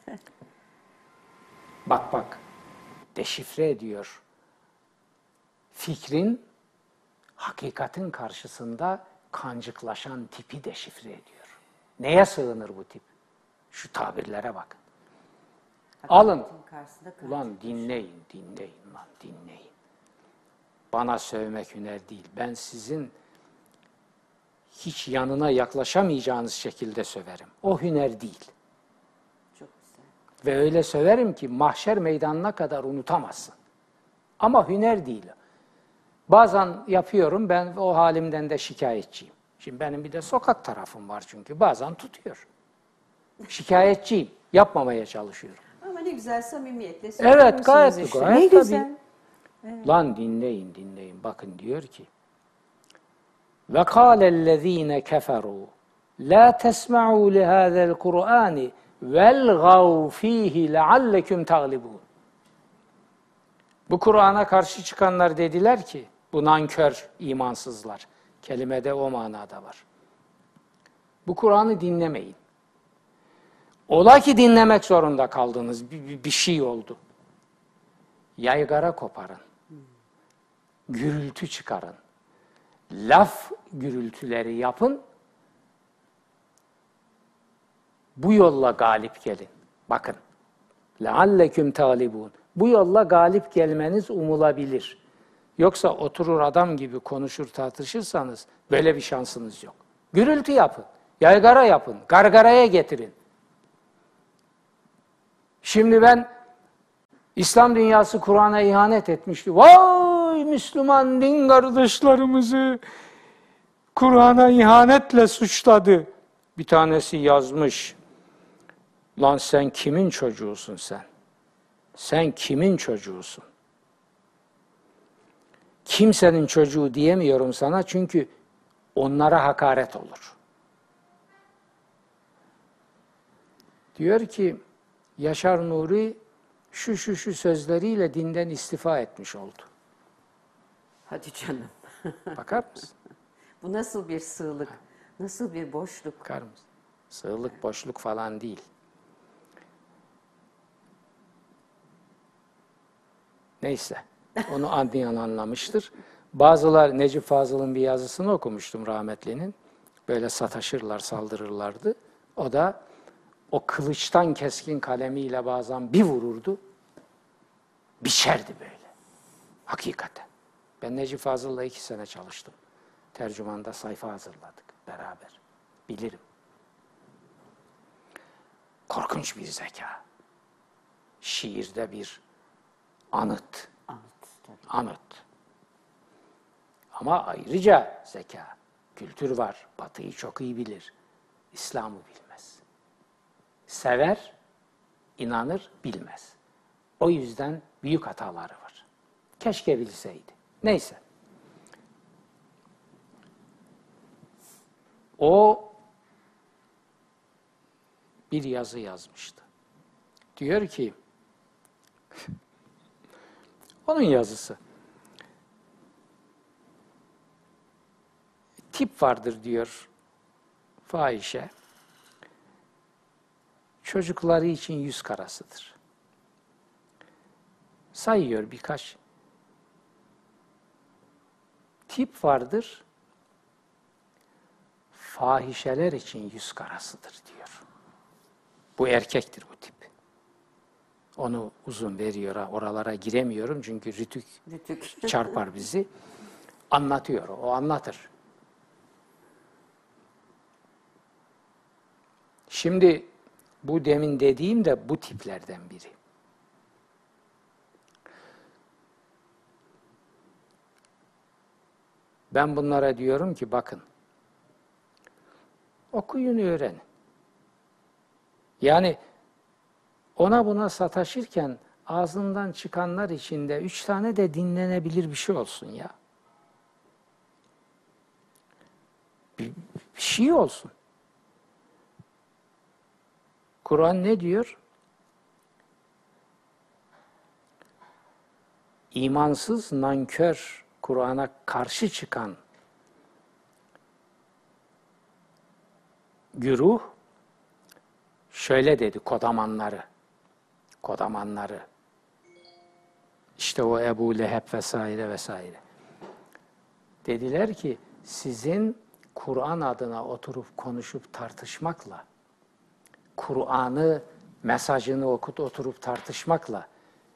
bak bak, deşifre ediyor. Fikrin, hakikatin karşısında kancıklaşan tipi deşifre ediyor. Neye sığınır bu tip? Şu tabirlere bakın. Alın. Ulan dinleyin, dinleyin lan, dinleyin. Bana sövmek hüner değil. Ben sizin hiç yanına yaklaşamayacağınız şekilde söverim. O hüner değil. Çok güzel. Ve öyle söverim ki mahşer meydanına kadar unutamazsın. Ama hüner değil. Bazen yapıyorum, ben o halimden de şikayetçiyim. Şimdi benim bir de sokak tarafım var çünkü. Bazen tutuyor. Şikayetçiyim. Yapmamaya çalışıyorum. Ama ne güzel samimiyetle Evet, söylüyorsunuz gayet, işte. gayet Ne tabii. güzel. Lan dinleyin, dinleyin. Bakın diyor ki, ve kâlellezîne keferû lâ tesma'û lihâzel Kur'âni velgâv fîhî lealleküm tağlibûn. Bu Kur'an'a karşı çıkanlar dediler ki, bu nankör imansızlar. Kelimede o manada var. Bu Kur'an'ı dinlemeyin. Ola ki dinlemek zorunda kaldınız, bir, bir şey oldu. Yaygara koparın. Gürültü çıkarın. Laf gürültüleri yapın. Bu yolla galip gelin. Bakın. lealleküm tağlibûn. Bu yolla galip gelmeniz umulabilir. Yoksa oturur adam gibi konuşur tartışırsanız böyle bir şansınız yok. Gürültü yapın. Yaygara yapın. Gargaraya getirin. Şimdi ben İslam dünyası Kur'an'a ihanet etmişti. Vay Müslüman din kardeşlerimizi Kur'an'a ihanetle suçladı. Bir tanesi yazmış. Lan sen kimin çocuğusun sen? Sen kimin çocuğusun? Kimsenin çocuğu diyemiyorum sana çünkü onlara hakaret olur. Diyor ki Yaşar Nuri şu şu şu sözleriyle dinden istifa etmiş oldu. Hadi canım. Bakar mısın? Bu nasıl bir sığlık? Nasıl bir boşluk? Bakar mısın? Sığlık, boşluk falan değil. Neyse. Onu anlayan anlamıştır. Bazılar, Necip Fazıl'ın bir yazısını okumuştum rahmetlinin. Böyle sataşırlar, saldırırlardı. O da o kılıçtan keskin kalemiyle bazen bir vururdu, biçerdi böyle. Hakikaten. Ben Necip Fazıl'la iki sene çalıştım. Tercümanda sayfa hazırladık beraber. Bilirim. Korkunç bir zeka. Şiirde bir anıt. Anlat tabii. Anıt. Ama ayrıca zeka, kültür var. Batı'yı çok iyi bilir. İslam'ı bilmez. Sever, inanır, bilmez. O yüzden büyük hataları var. Keşke bilseydi. Neyse. O bir yazı yazmıştı. Diyor ki, onun yazısı, tip vardır diyor fahişe, çocukları için yüz karasıdır. Sayıyor birkaç. Tip vardır, fahişeler için yüz karasıdır diyor. Bu erkektir bu tip. Onu uzun veriyor, oralara giremiyorum çünkü rütük, Rütük. çarpar bizi. Anlatıyor, o anlatır. Şimdi bu demin dediğim de bu tiplerden biri. Ben bunlara diyorum ki bakın, okuyun öğrenin. Yani ona buna sataşırken ağzından çıkanlar içinde üç tane de dinlenebilir bir şey olsun ya. Bir, bir şey olsun. Kur'an ne diyor? İmansız, nankör, Kur'an'a karşı çıkan güruh şöyle dedi, kodamanları, kodamanları, işte o Ebu Leheb vesaire vesaire. Dediler ki, sizin Kur'an adına oturup konuşup tartışmakla, Kur'an'ı, mesajını okut oturup tartışmakla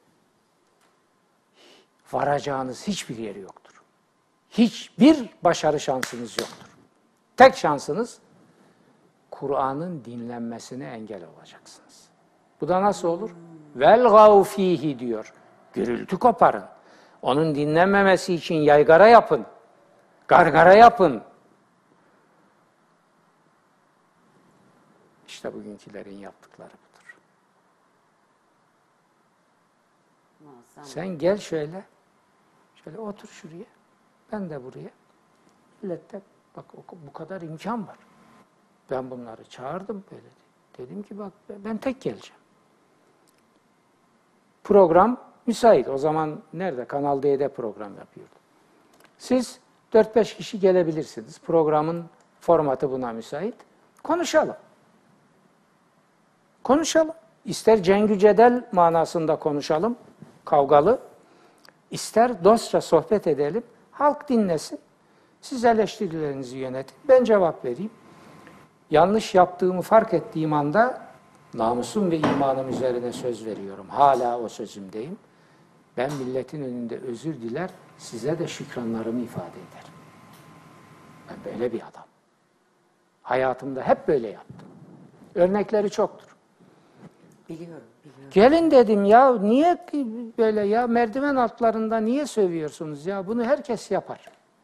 varacağınız hiçbir yeri yoktur. Hiçbir başarı şansınız yoktur. Tek şansınız, Kur'an'ın dinlenmesine engel olacaksınız. Bu da nasıl olur? Velgav fihi diyor. Gürültü koparın. Onun dinlenmemesi için yaygara yapın. Gargara yapın. İşte bugünkülerin yaptıkları budur. Muazzam. Sen gel şöyle. Şöyle otur şuraya. Ben de buraya. Millette bak bu kadar imkan var. Ben bunları çağırdım böyle. Dedim ki bak ben tek geleceğim. Program müsait. O zaman nerede? Kanal D'de program yapıyordum. Siz dört beş kişi gelebilirsiniz. Programın formatı buna müsait. Konuşalım. Konuşalım. İster cengü cedel manasında konuşalım, kavgalı. İster dostça sohbet edelim. Halk dinlesin. Siz eleştirilerinizi yönetin. Ben cevap vereyim. Yanlış yaptığımı fark ettiğim anda namusum ve imanım üzerine söz veriyorum. Hala o sözümdeyim. Ben milletin önünde özür diler, size de şükranlarımı ifade ederim. Ben böyle bir adam. Hayatımda hep böyle yaptım. Örnekleri çoktur. Biliyorum, biliyorum. Gelin dedim ya, niye böyle ya, merdiven altlarında niye sövüyorsunuz ya? Bunu herkes yapar.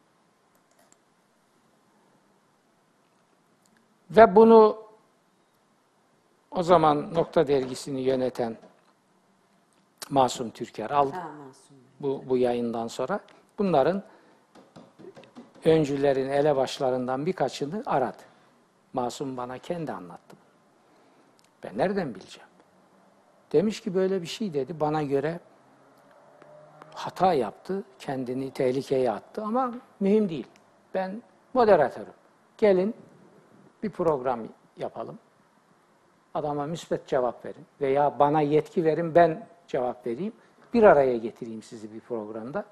Ve bunu o zaman Nokta Dergisi'ni yöneten Masum Türker aldı. Ha, Masum. Bu, bu yayından sonra. Bunların öncülerin elebaşlarından birkaçını aradı. Masum bana kendi anlattı. Ben nereden bileceğim? Demiş ki böyle bir şey dedi. Bana göre hata yaptı. Kendini tehlikeye attı ama mühim değil. Ben moderatörüm. Gelin bir program yapalım. Adama müsbet cevap verin. Veya bana yetki verin, ben cevap vereyim. bir araya getireyim sizi bir programda.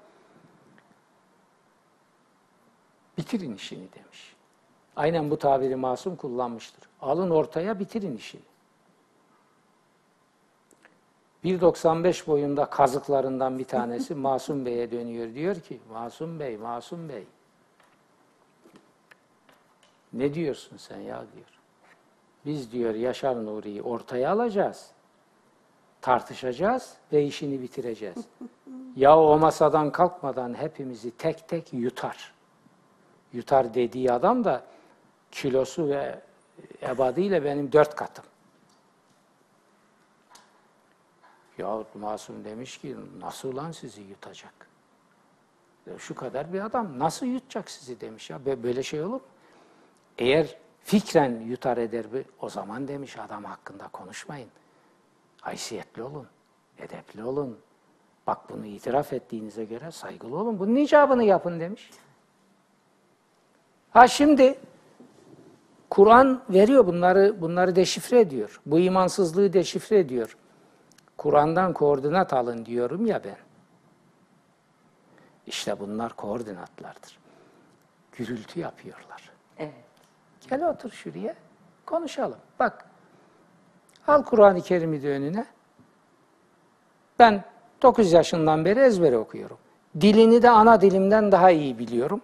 Bitirin işini demiş. Aynen bu tabiri Masum kullanmıştır. Alın ortaya, bitirin işini. bir doksan beş boyunda kazıklarından bir tanesi Masum Bey'e dönüyor. Diyor ki, Masum Bey, Masum Bey. Ne diyorsun sen ya diyor. Biz diyor Yaşar Nuri'yi ortaya alacağız. Tartışacağız ve işini bitireceğiz. Ya o masadan kalkmadan hepimizi tek tek yutar. Yutar dediği adam da kilosu ve ebadıyla benim dört katım. Ya Masum demiş ki nasıl lan sizi yutacak? Şu kadar bir adam nasıl yutacak sizi demiş ya. Böyle şey olur mu? Eğer fikren yutar eder o zaman demiş adam hakkında konuşmayın. Haysiyetli olun, edepli olun. Bak bunu itiraf ettiğinize göre saygılı olun. Bunun icabını yapın demiş. Ha şimdi Kur'an veriyor bunları, bunları deşifre ediyor. Bu imansızlığı deşifre ediyor. Kur'an'dan koordinat alın diyorum ya ben. İşte bunlar koordinatlardır. Gürültü yapıyorlar. Evet. Gel otur şuraya, konuşalım. Bak, al Kur'an-ı Kerim'i de önüne. Ben dokuz yaşından beri ezbere okuyorum. Dilini de ana dilimden daha iyi biliyorum.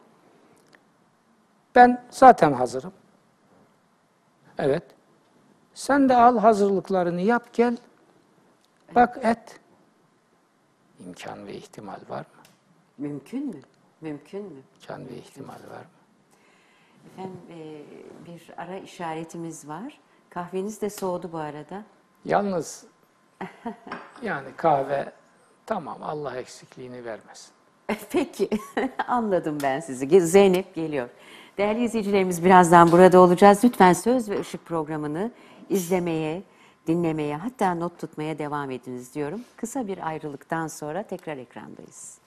Ben zaten hazırım. Evet. Sen de al hazırlıklarını yap, gel. Bak et. İmkan ve ihtimal var mı? Mümkün mü? Mümkün mü? İmkan ve ihtimal var mı? Efendim e, bir ara işaretimiz var. Kahveniz de soğudu bu arada. Yalnız yani kahve tamam Allah eksikliğini vermesin. Peki anladım ben sizi. Zeynep geliyor. Değerli izleyicilerimiz birazdan burada olacağız. Lütfen Söz ve Işık programını izlemeye, dinlemeye hatta not tutmaya devam ediniz diyorum. Kısa bir ayrılıktan sonra tekrar ekrandayız.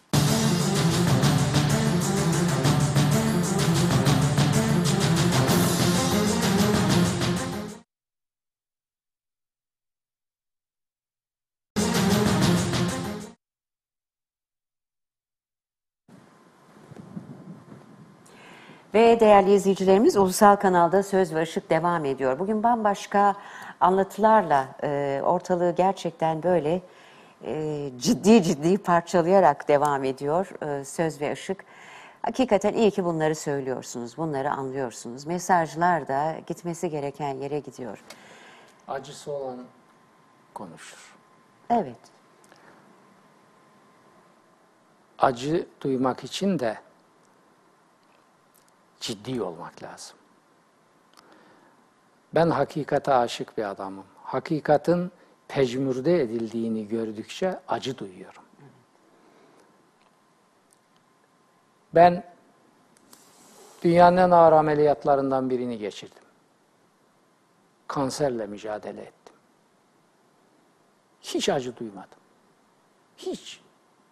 Ve değerli izleyicilerimiz Ulusal Kanal'da Söz ve Işık devam ediyor. Bugün bambaşka anlatılarla e, ortalığı gerçekten böyle e, ciddi ciddi parçalayarak devam ediyor e, Söz ve Işık. Hakikaten iyi ki bunları söylüyorsunuz, bunları anlıyorsunuz. Mesajlar da gitmesi gereken yere gidiyor. Acısı olan konuşur. Evet. Acı duymak için de ciddi olmak lazım. Ben hakikate aşık bir adamım. Hakikatin pejmürde edildiğini gördükçe acı duyuyorum. Ben dünyanın en ağır ameliyatlarından birini geçirdim. Kanserle mücadele ettim. Hiç acı duymadım. Hiç.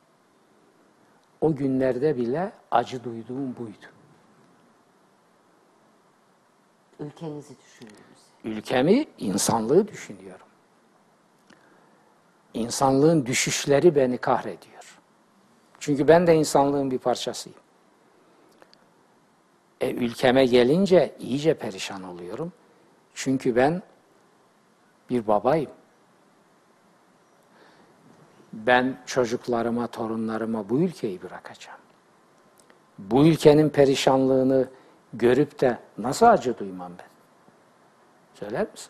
O günlerde bile acı duyduğum buydu. Ülkenizi düşündünüz. Ülkemi, insanlığı düşünüyorum. İnsanlığın düşüşleri beni kahrediyor. Çünkü ben de insanlığın bir parçasıyım. E, ülkeme gelince iyice perişan oluyorum. Çünkü ben bir babayım. Ben çocuklarıma, torunlarıma bu ülkeyi bırakacağım. Bu ülkenin perişanlığını görüp de nasıl acı duymam ben? Söyler misin?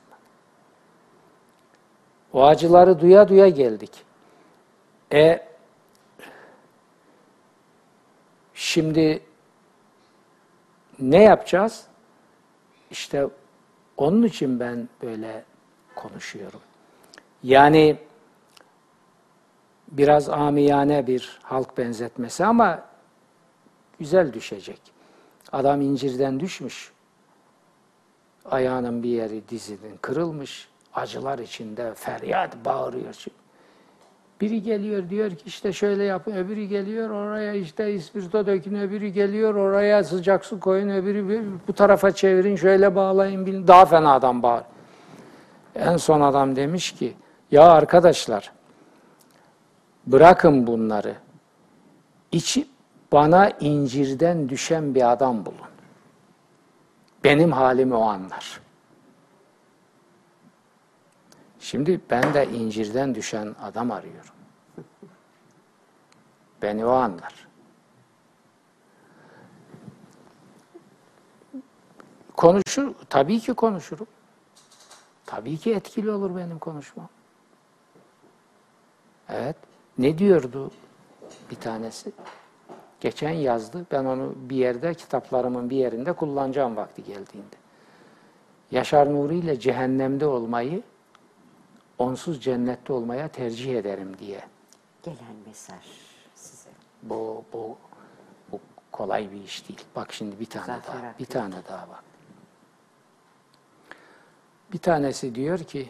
O acıları duya duya geldik. E şimdi ne yapacağız? İşte onun için ben böyle konuşuyorum. Yani biraz amiyane bir halk benzetmesi ama güzel düşecek. Adam incirden düşmüş. Ayağının bir yeri dizinin kırılmış. Acılar içinde feryat bağırıyor. Biri geliyor diyor ki işte şöyle yapın, öbürü geliyor oraya işte ispirto dökün, öbürü geliyor oraya sıcak su koyun, öbürü bu tarafa çevirin, şöyle bağlayın, daha fena adam bağır. En son adam demiş ki ya arkadaşlar Bırakın bunları. İçi bana incirden düşen bir adam bulun. Benim halimi o anlar. Şimdi ben de incirden düşen adam arıyorum. Beni o anlar. Konuşur, tabii ki konuşurum. Tabii ki etkili olur benim konuşmam. Evet. Ne diyordu bir tanesi? Geçen yazdı. Ben onu bir yerde, kitaplarımın bir yerinde kullanacağım vakti geldiğinde. Yaşar Nuri ile cehennemde olmayı, onsuz cennette olmaya tercih ederim diye. Gelen mesaj size. Bu, bu, bu kolay bir iş değil. Bak şimdi bir tane Zafer daha, Akgül. bir tane daha bak. Bir tanesi diyor ki,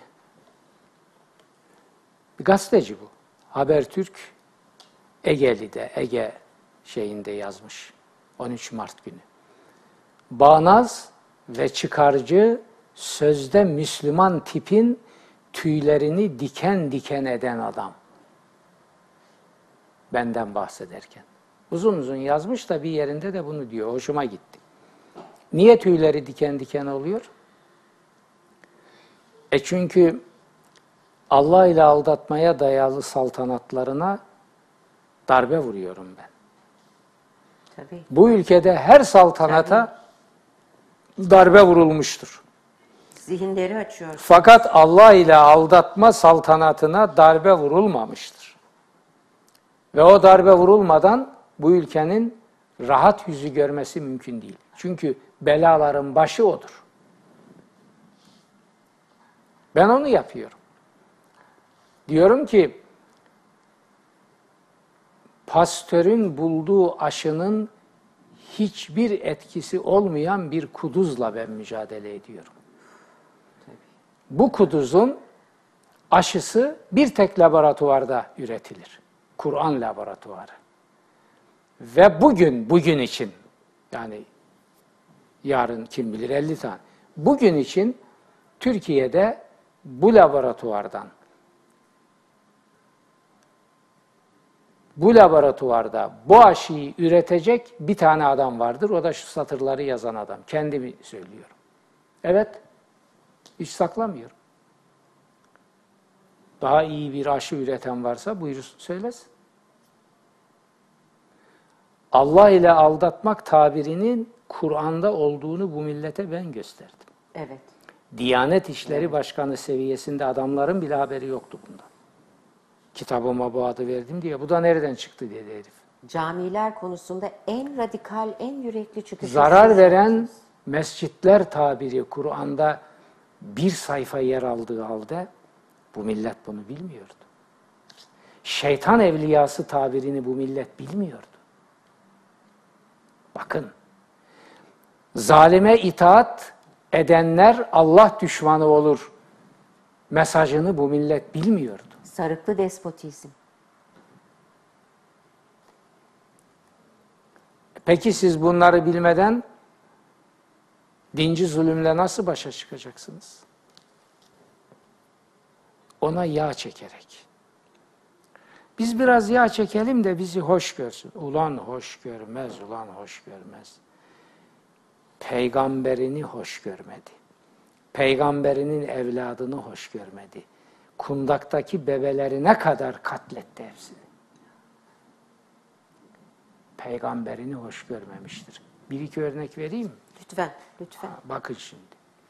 bir gazeteci bu. Habertürk Ege'li'de, Ege şeyinde yazmış. on üç Mart günü. Bağnaz ve çıkarcı, sözde Müslüman tipin tüylerini diken diken eden adam. Benden bahsederken. Uzun uzun yazmış da bir yerinde de bunu diyor. Hoşuma gitti. Niye tüyleri diken diken oluyor? E çünkü Allah ile aldatmaya dayalı saltanatlarına darbe vuruyorum ben. Tabii. Bu ülkede her saltanata Tabii. darbe vurulmuştur. Zihinleri açıyor. Fakat Allah ile aldatma saltanatına darbe vurulmamıştır. Ve o darbe vurulmadan bu ülkenin rahat yüzü görmesi mümkün değil. Çünkü belaların başı odur. Ben onu yapıyorum. Diyorum ki, Pasteur'ün bulduğu aşının hiçbir etkisi olmayan bir kuduzla ben mücadele ediyorum. Bu kuduzun aşısı bir tek laboratuvarda üretilir. Kur'an laboratuvarı. Ve bugün, bugün için, yani yarın kim bilir elli tane, bugün için Türkiye'de bu laboratuvardan, bu laboratuvarda bu aşıyı üretecek bir tane adam vardır. O da şu satırları yazan adam. Kendimi söylüyorum. Evet, hiç saklamıyorum. Daha iyi bir aşı üreten varsa buyursun söylesin. Allah ile aldatmak tabirinin Kur'an'da olduğunu bu millete ben gösterdim. Evet. Diyanet İşleri Başkanı seviyesinde adamların bile haberi yoktu bundan. Kitabıma bu adı verdim diye. Bu da nereden çıktı dedi herif. Camiler konusunda en radikal, en yürekli çıkışı. Zarar veren mescitler tabiri Kur'an'da bir sayfa yer aldığı halde bu millet bunu bilmiyordu. Şeytan evliyası tabirini bu millet bilmiyordu. Bakın, zalime itaat edenler Allah düşmanı olur mesajını bu millet bilmiyordu. Sarıklı despotizm. Peki siz bunları bilmeden dinci zulümle nasıl başa çıkacaksınız? Ona yağ çekerek. Biz biraz yağ çekelim de bizi hoş görsün. Ulan hoş görmez, ulan hoş görmez. Peygamberini hoş görmedi. Peygamberinin evladını hoş görmedi. Kundaktaki bebelerine kadar katletti hepsini. Peygamberini hoş görmemiştir. Bir iki örnek vereyim mi? Lütfen, lütfen. Ha, bakın şimdi.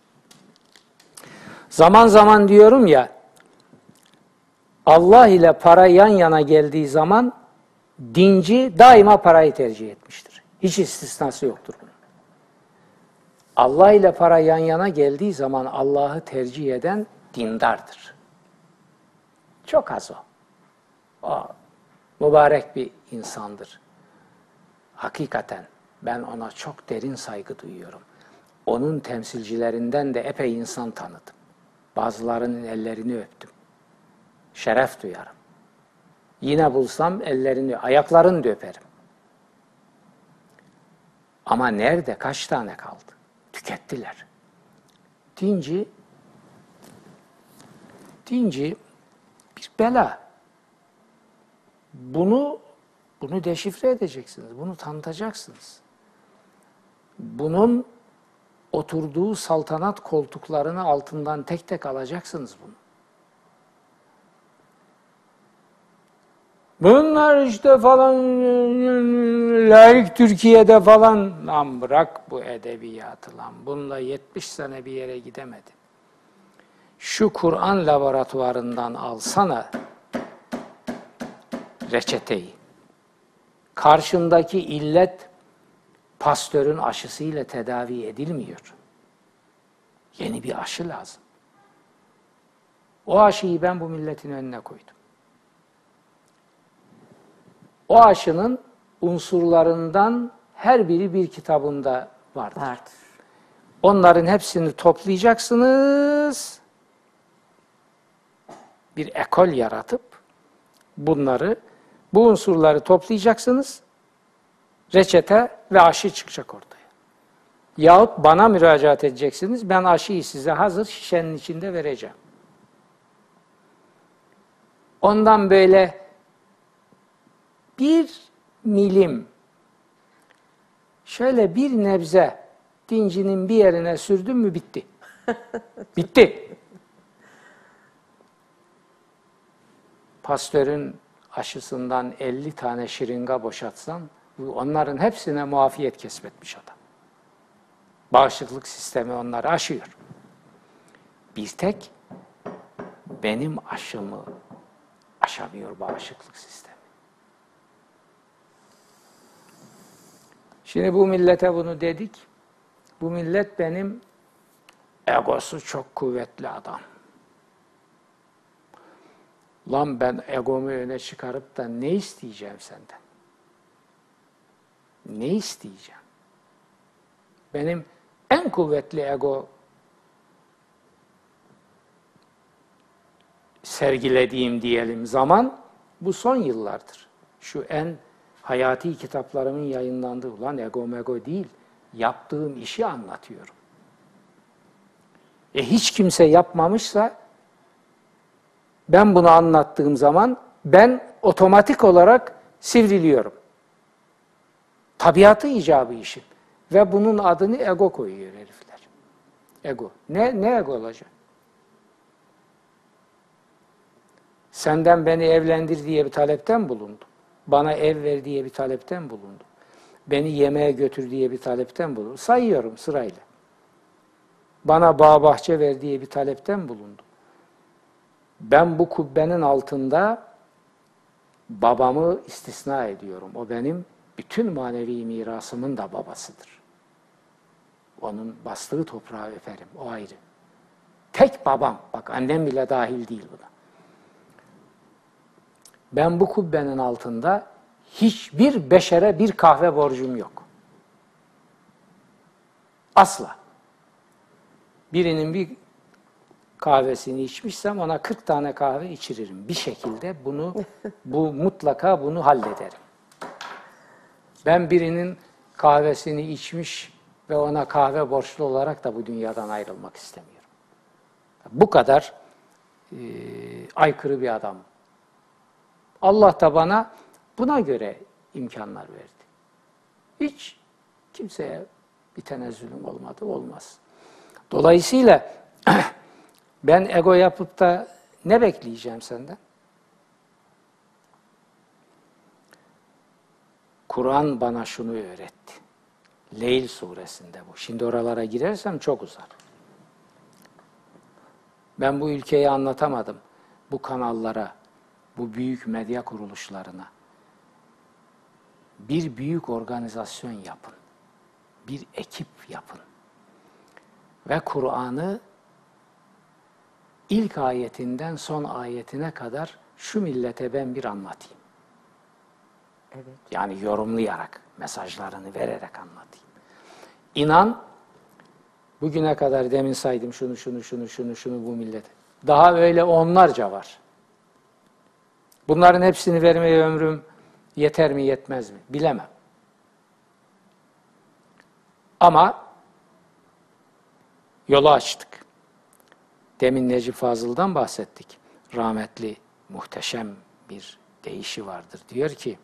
Zaman zaman diyorum ya, Allah ile para yan yana geldiği zaman dinci daima parayı tercih etmiştir. Hiç istisnası yoktur bunun. Allah ile para yan yana geldiği zaman Allah'ı tercih eden dindardır. Çok az o. O mübarek bir insandır. Hakikaten ben ona çok derin saygı duyuyorum. Onun temsilcilerinden de epey insan tanıdım. Bazılarının ellerini öptüm. Şeref duyarım. Yine bulsam ellerini, ayaklarını da öperim. Ama nerede, kaç tane kaldı? Tükettiler. Dinci, dinci bir bela. Bunu bunu deşifre edeceksiniz. Bunu tanıtacaksınız. Bunun oturduğu saltanat koltuklarını altından tek tek alacaksınız bunu. Bunlar işte falan laik Türkiye'de falan. Lan bırak bu edebiyatı lan. Bununla yetmiş sene bir yere gidemedi. Şu Kur'an laboratuvarından alsana reçeteyi. Karşındaki illet Pasteur'ün aşısıyla tedavi edilmiyor. Yeni bir aşı lazım. O aşıyı ben bu milletin önüne koydum. O aşının unsurlarından her biri bir kitabımda vardır. Vardır. Onların hepsini toplayacaksınız. Bir ekol yaratıp bunları, bu unsurları toplayacaksınız. Reçete ve aşı çıkacak ortaya. Yahut bana müracaat edeceksiniz. Ben aşıyı size hazır şişenin içinde vereceğim. Ondan böyle bir milim, şöyle bir nebze dincinin bir yerine sürdün mü bitti. Bitti. Pasteur'ün aşısından elli tane şırınga boşaltsan, onların hepsine muafiyet kesbetmiş adam. Bağışıklık sistemi onları aşıyor. Bir tek benim aşımı aşamıyor bağışıklık sistemi. Şimdi bu millete bunu dedik. Bu millet benim egosu çok kuvvetli adam. Lan ben egomu öne çıkarıp da ne isteyeceğim senden? Ne isteyeceğim? Benim en kuvvetli ego sergilediğim diyelim zaman bu son yıllardır. Şu en hayati kitaplarımın yayınlandığı, ulan ego mego değil, yaptığım işi anlatıyorum. E hiç kimse yapmamışsa ben bunu anlattığım zaman ben otomatik olarak sivriliyorum. Tabiatı icabı işin. Ve bunun adını ego koyuyor herifler. Ego. Ne, ne ego olacak? Senden beni evlendir diye bir talepten bulundum. Bana ev ver diye bir talepten bulundum. Beni yemeğe götür diye bir talepten bulundum. Sayıyorum sırayla. Bana bağ bahçe ver diye bir talepten bulundum. Ben bu kubbenin altında babamı istisna ediyorum. O benim bütün manevi mirasımın da babasıdır. Onun bastığı toprağı öperim. O ayrı. Tek babam. Bak annem bile dahil değil buna. Ben bu kubbenin altında hiçbir beşere bir kahve borcum yok. Asla. Birinin bir kahvesini içmişsem ona kırk tane kahve içiririm. Bir şekilde bunu, bu mutlaka bunu hallederim. Ben birinin kahvesini içmiş ve ona kahve borçlu olarak da bu dünyadan ayrılmak istemiyorum. Bu kadar e, aykırı bir adam. Allah da bana buna göre imkanlar verdi. Hiç kimseye bir tenezzülüm olmadı, olmaz. Dolayısıyla ben ego yapıp da ne bekleyeceğim senden? Kur'an bana şunu öğretti. Leyl suresinde bu. Şimdi oralara girersem çok uzar. Ben bu ülkeyi anlatamadım. Bu kanallara, bu büyük medya kuruluşlarına bir büyük organizasyon yapın. Bir ekip yapın. Ve Kur'an'ı ilk ayetinden son ayetine kadar şu millete ben bir anlatayım. Evet. Yani yorumlayarak, mesajlarını vererek anlatayım. İnan, bugüne kadar demin saydım şunu, şunu, şunu, şunu, şunu bu millete. Daha öyle onlarca var. Bunların hepsini vermeye ömrüm yeter mi, yetmez mi? Bilemem. Ama yolu açtık. Demin Necip Fazıl'dan bahsettik. Rahmetli, muhteşem bir deyişi vardır. Diyor ki,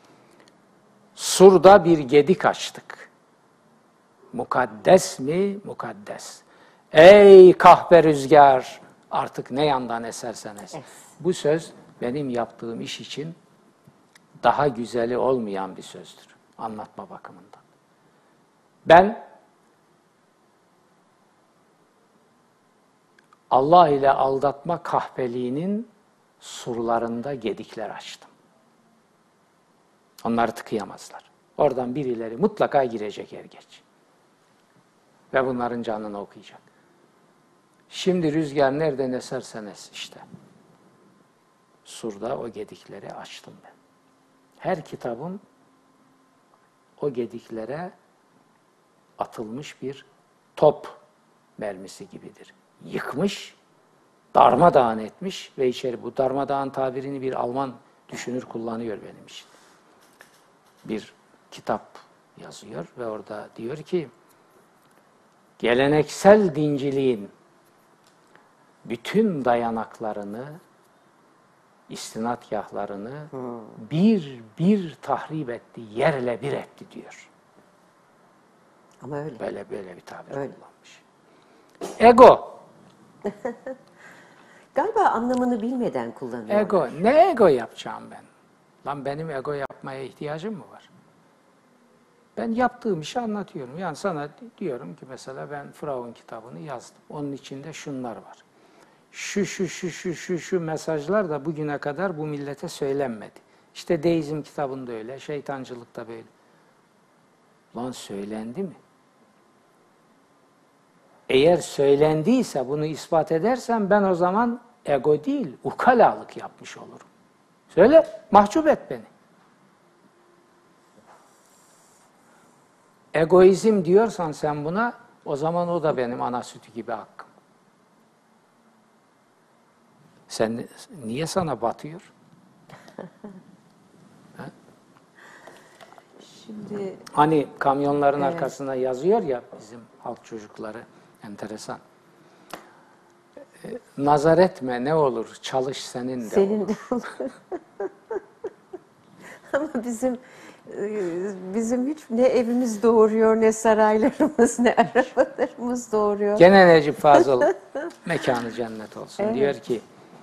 surda bir gedik açtık. Mukaddes mi? Mukaddes. Ey kahpe rüzgar, artık ne yandan esersen es. Bu söz benim yaptığım iş için daha güzeli olmayan bir sözdür. Anlatma bakımından. Ben Allah ile aldatma kahpeliğinin surlarında gedikler açtım. Onları tıkayamazlar. Oradan birileri mutlaka girecek er geç. Ve bunların canını okuyacak. Şimdi rüzgar nereden esersen es işte. Surda o gedikleri açtım ben. Her kitabım o gediklere atılmış bir top mermisi gibidir. Yıkmış, darmadağın etmiş ve içeri bu darmadağın tabirini bir Alman düşünür kullanıyor benim için. Bir kitap yazıyor ve orada diyor ki, geleneksel dinciliğin bütün dayanaklarını, istinadgahlarını hmm. bir bir tahrip etti, yerle bir etti diyor. Ama öyle. Böyle böyle bir tabir öyle. kullanmış. Ego. Galiba anlamını bilmeden kullanıyorlar. Ego. Ne ego yapacağım ben? Lan benim ego yapmaya ihtiyacım mı var? Ben yaptığım işi anlatıyorum. Yani sana diyorum ki mesela ben Frown kitabını yazdım. Onun içinde şunlar var. Şu şu şu şu şu şu mesajlar da bugüne kadar bu millete söylenmedi. İşte deizm kitabında öyle, şeytancılık da böyle. Lan söylendi mi? Eğer söylendiyse bunu ispat edersen ben o zaman ego değil, ukalalık yapmış olurum. Söyle, mahcup et beni. Egoizm diyorsan sen buna, o zaman o da benim ana sütü gibi hakkım. Sen niye sana batıyor? Şimdi hani kamyonların evet. arkasına yazıyor ya bizim halk çocukları, enteresan. E, nazar etme ne olur, çalış senin de senin olur. de olur. Ama bizim bizim hiç ne evimiz doğuruyor, ne saraylarımız, ne arabalarımız doğuruyor. Gene Necip Fazıl, mekanı cennet olsun, evet. Diyor ki,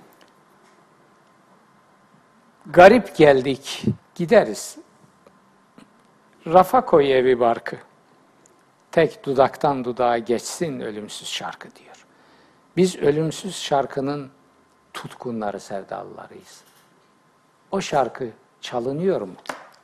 garip geldik, gideriz. Rafa koy evi barkı. Tek dudaktan dudağa geçsin ölümsüz şarkı diyor. Biz ölümsüz şarkının tutkunları, sevdalılarıyız. O şarkı çalınıyor mu?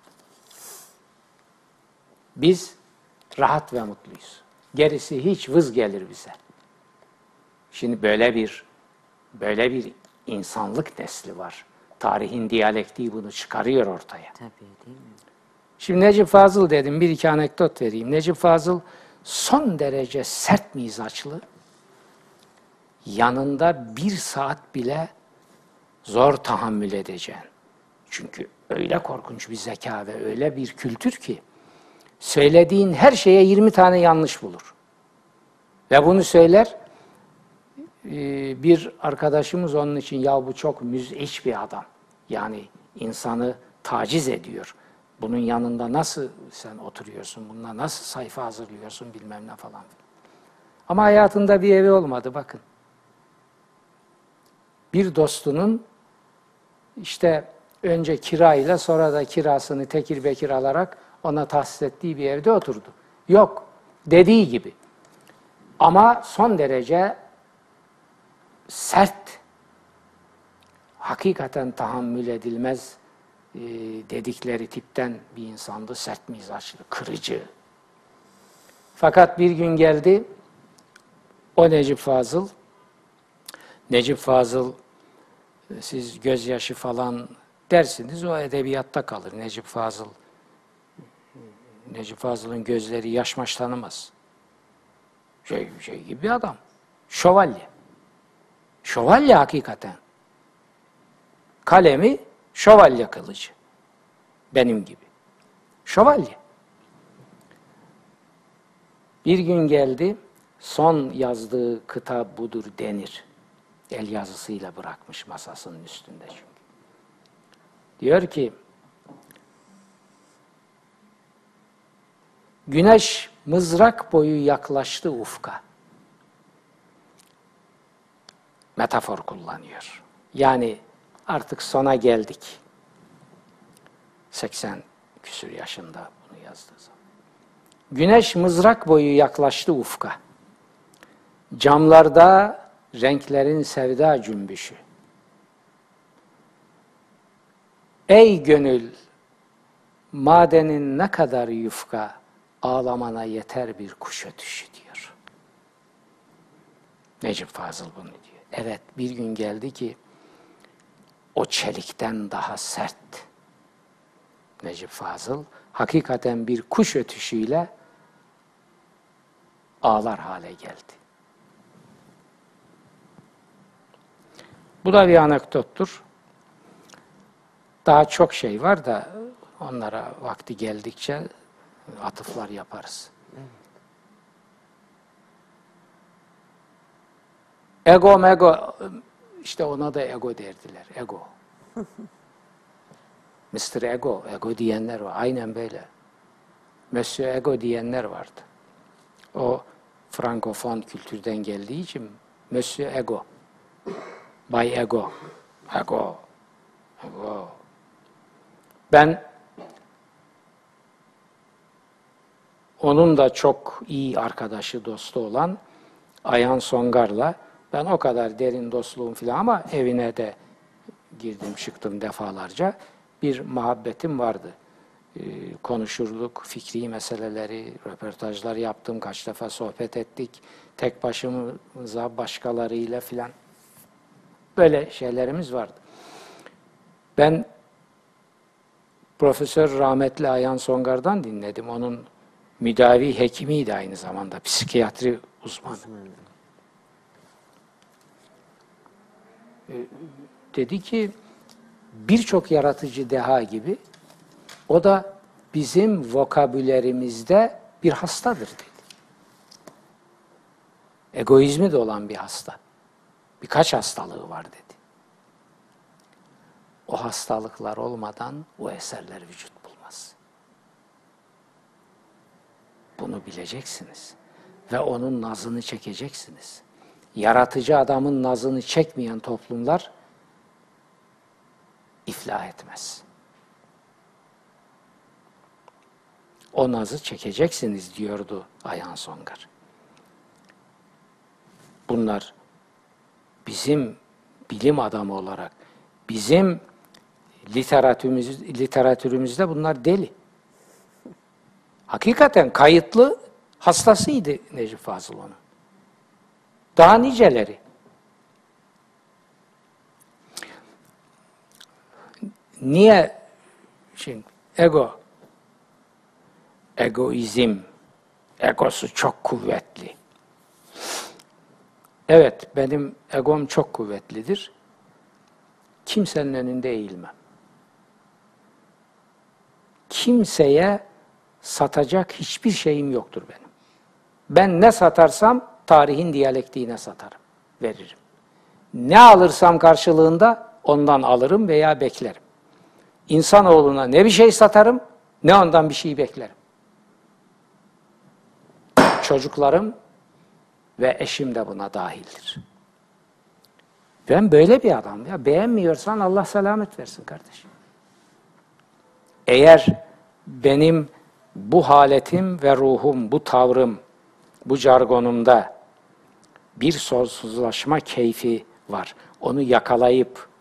Biz rahat ve mutluyuz. Gerisi hiç vız gelir bize. Şimdi böyle bir böyle bir insanlık nesli var. Tarihin diyalektiği bunu çıkarıyor ortaya. Tabii değil mi? Şimdi Necip Fazıl dedim, bir iki anekdot vereyim. Necip Fazıl son derece sert mizaçlı, yanında bir saat bile zor tahammül edeceğin. Çünkü öyle korkunç bir zeka ve öyle bir kültür ki, söylediğin her şeye yirmi tane yanlış bulur. Ve bunu söyler, bir arkadaşımız onun için, ya bu çok müz'iç bir adam. Yani insanı taciz ediyor. Bunun yanında nasıl sen oturuyorsun, bununla nasıl sayfa hazırlıyorsun bilmem ne falan. Ama hayatında bir evi olmadı bakın. Bir dostunun işte önce kirayla sonra da kirasını tekir bekir alarak ona tahsis ettiği bir evde oturdu. Yok, dediği gibi. Ama son derece sert, hakikaten tahammül edilmez e, dedikleri tipten bir insandı. Sert mizaçlı, kırıcı. Fakat bir gün geldi, o Necip Fazıl, Necip Fazıl, siz gözyaşı falan dersiniz, o edebiyatta kalır. Necip Fazıl, Necip Fazıl'ın gözleri yaş maş tanımaz. Şey, şey gibi bir adam. Şövalye. Şövalye hakikaten. Kalemi şövalye kılıcı. Benim gibi. Şövalye. Bir gün geldi, son yazdığı kitap budur denir. El yazısıyla bırakmış masasının üstünde çünkü. Diyor ki, güneş mızrak boyu yaklaştı ufka. Metafor kullanıyor. Yani artık sona geldik. seksen küsur yaşında bunu yazdığı zaman. Güneş mızrak boyu yaklaştı ufka. Camlarda renklerin sevda cümbüşü. Ey gönül, madenin ne kadar yufka, ağlamana yeter bir kuş ötüşü diyor. Necip Fazıl bunu diyor. Evet, bir gün geldi ki o çelikten daha sert. Necip Fazıl hakikaten bir kuş ötüşüyle ağlar hale geldi. Bu da bir anekdottur. Daha çok şey var da onlara vakti geldikçe atıflar yaparız. Ego mego, işte ona da ego derdiler. Ego. mister Ego, ego diyenler var. Aynen böyle. Monsieur Ego diyenler vardı. O Frankofon kültürden geldiği için Monsieur Ego. Bay Ego. Ego. Ego. Ben onun da çok iyi arkadaşı, dostu olan Ayhan Songar'la ben o kadar derin dostluğum filan ama evine de girdim çıktım defalarca. Bir muhabbetim vardı. Ee, konuşurduk, fikri meseleleri, röportajlar yaptım, kaç defa sohbet ettik. Tek başımıza başkalarıyla filan. Böyle şeylerimiz vardı. Ben Profesör rahmetli Ayhan Songar'dan dinledim. Onun müdavi hekimiydi aynı zamanda, psikiyatri uzmanı. Ee, dedi ki, birçok yaratıcı deha gibi, o da bizim vokabülerimizde bir hastadır dedi. Egoizmi de olan bir hasta. Birkaç hastalığı var dedi. O hastalıklar olmadan o eserler vücut bulmaz. Bunu bileceksiniz. Ve onun nazını çekeceksiniz. Yaratıcı adamın nazını çekmeyen toplumlar iflah etmez. O nazı çekeceksiniz diyordu Ayhan Songar. Bunlar bizim bilim adamı olarak, bizim literatürümüz, literatürümüzde bunlar deli. Hakikaten kayıtlı hastasıydı Necip Fazıl onun. Daha niceleri. Niye? Şimdi ego, egoizm, egosu çok kuvvetli. Evet, benim egom çok kuvvetlidir. Kimsenin önünde eğilmem. Kimseye satacak hiçbir şeyim yoktur benim. Ben ne satarsam tarihin diyalektiğine satarım, veririm. Ne alırsam karşılığında ondan alırım veya beklerim. İnsanoğluna ne bir şey satarım, ne ondan bir şey beklerim. Çocuklarım ve eşim de buna dahildir. Ben böyle bir adamım ya. Beğenmiyorsan Allah selamet versin kardeşim. Eğer benim bu haletim ve ruhum, bu tavrım, bu jargonumda bir sonsuzlaşma keyfi var. Onu yakalayıp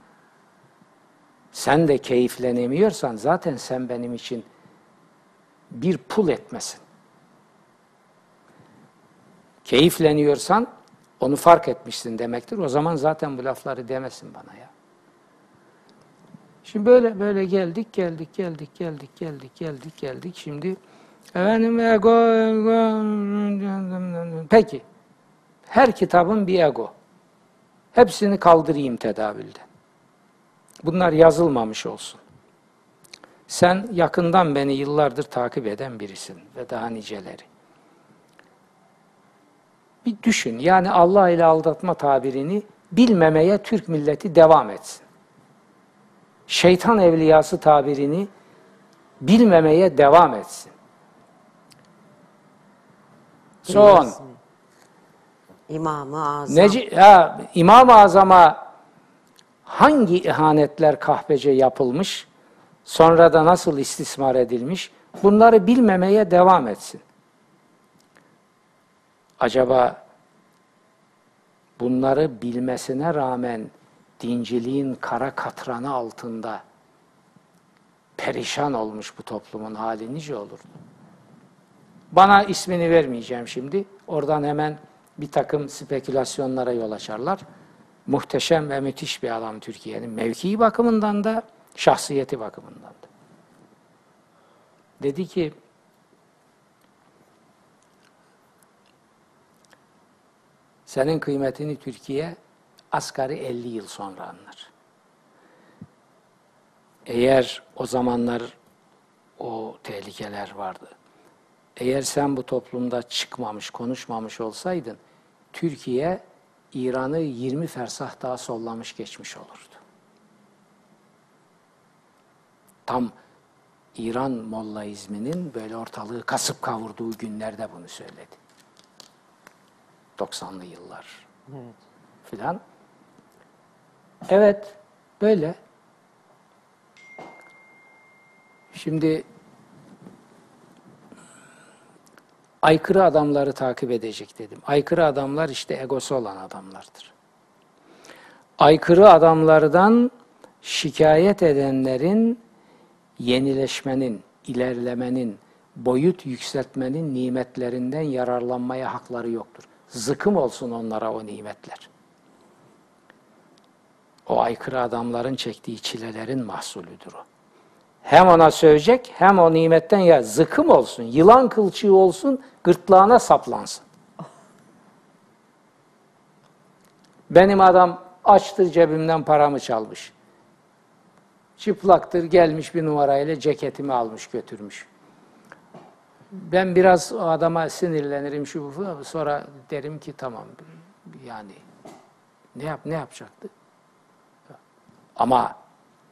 sen de keyiflenemiyorsan zaten sen benim için bir pul etmesin. Keyifleniyorsan onu fark etmişsin demektir. O zaman zaten bu lafları demesin bana ya. Şimdi böyle böyle geldik, geldik, geldik, geldik, geldik, geldik, geldik. Şimdi efendim ego, ego. Peki. Her kitabın bir ego. Hepsini kaldırayım tedavülde. Bunlar yazılmamış olsun. Sen yakından beni yıllardır takip eden birisin ve daha niceleri. Bir düşün. Yani Allah ile aldatma tabirini bilmemeye Türk milleti devam etsin. şeytan evliyası tabirini bilmemeye devam etsin. Son. İmam-ı Azam. Neci, ya, İmam-ı Azam'a hangi ihanetler kahpece yapılmış, sonra da nasıl istismar edilmiş, bunları bilmemeye devam etsin. Acaba bunları bilmesine rağmen dinciliğin kara katranı altında perişan olmuş bu toplumun hali nice olurdu? Bana ismini vermeyeceğim şimdi. Oradan hemen bir takım spekülasyonlara yol açarlar. Muhteşem ve müthiş bir adam Türkiye'nin mevkii bakımından da, şahsiyeti bakımından da. Dedi ki, senin kıymetini Türkiye asgari elli yıl sonra anlar. Eğer o zamanlar o tehlikeler vardı. Eğer sen bu toplumda çıkmamış, konuşmamış olsaydın, Türkiye İran'ı yirmi fersah daha sollamış geçmiş olurdu. Tam İran mollaizminin böyle ortalığı kasıp kavurduğu günlerde bunu söyledi. doksanlı yıllar Evet. filan. Evet, böyle. Şimdi aykırı adamları takip edecek dedim. Aykırı adamlar işte egosu olan adamlardır. Aykırı adamlardan şikayet edenlerin yenileşmenin, ilerlemenin, boyut yükseltmenin nimetlerinden yararlanmaya hakları yoktur. Zıkım olsun onlara o nimetler. O aykırı adamların çektiği çilelerin mahsulüdür o. Hem ona sövecek, hem o nimetten ya zıkım olsun, yılan kılçığı olsun, gırtlağına saplansın. Benim adam açtır cebimden paramı çalmış. Çıplaktır gelmiş bir numarayla ceketimi almış götürmüş. Ben biraz o adama sinirlenirim şu bu, sonra derim ki tamam yani ne yap ne yapacaktı? Ama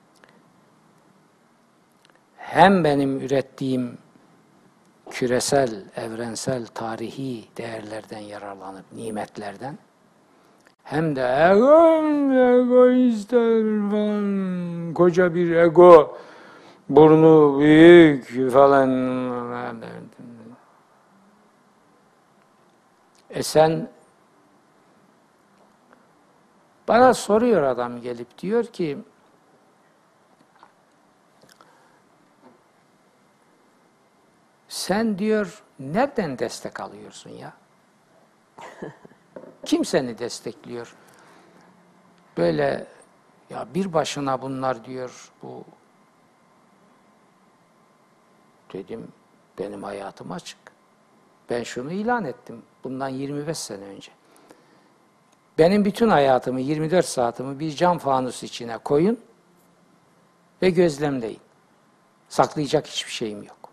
hem benim ürettiğim küresel, evrensel, tarihi değerlerden yararlanıp nimetlerden hem de ego, egoistler falan, koca bir ego, burnu büyük falan. E sen, bana soruyor adam gelip diyor ki, sen diyor nereden destek alıyorsun ya? Kim seni destekliyor? Böyle ya bir başına bunlar diyor bu. Dedim benim hayatım açık. Ben şunu ilan ettim bundan yirmi beş sene önce. Benim bütün hayatımı, yirmi dört saatimi bir cam fanus içine koyun ve gözlemleyin. Saklayacak hiçbir şeyim yok.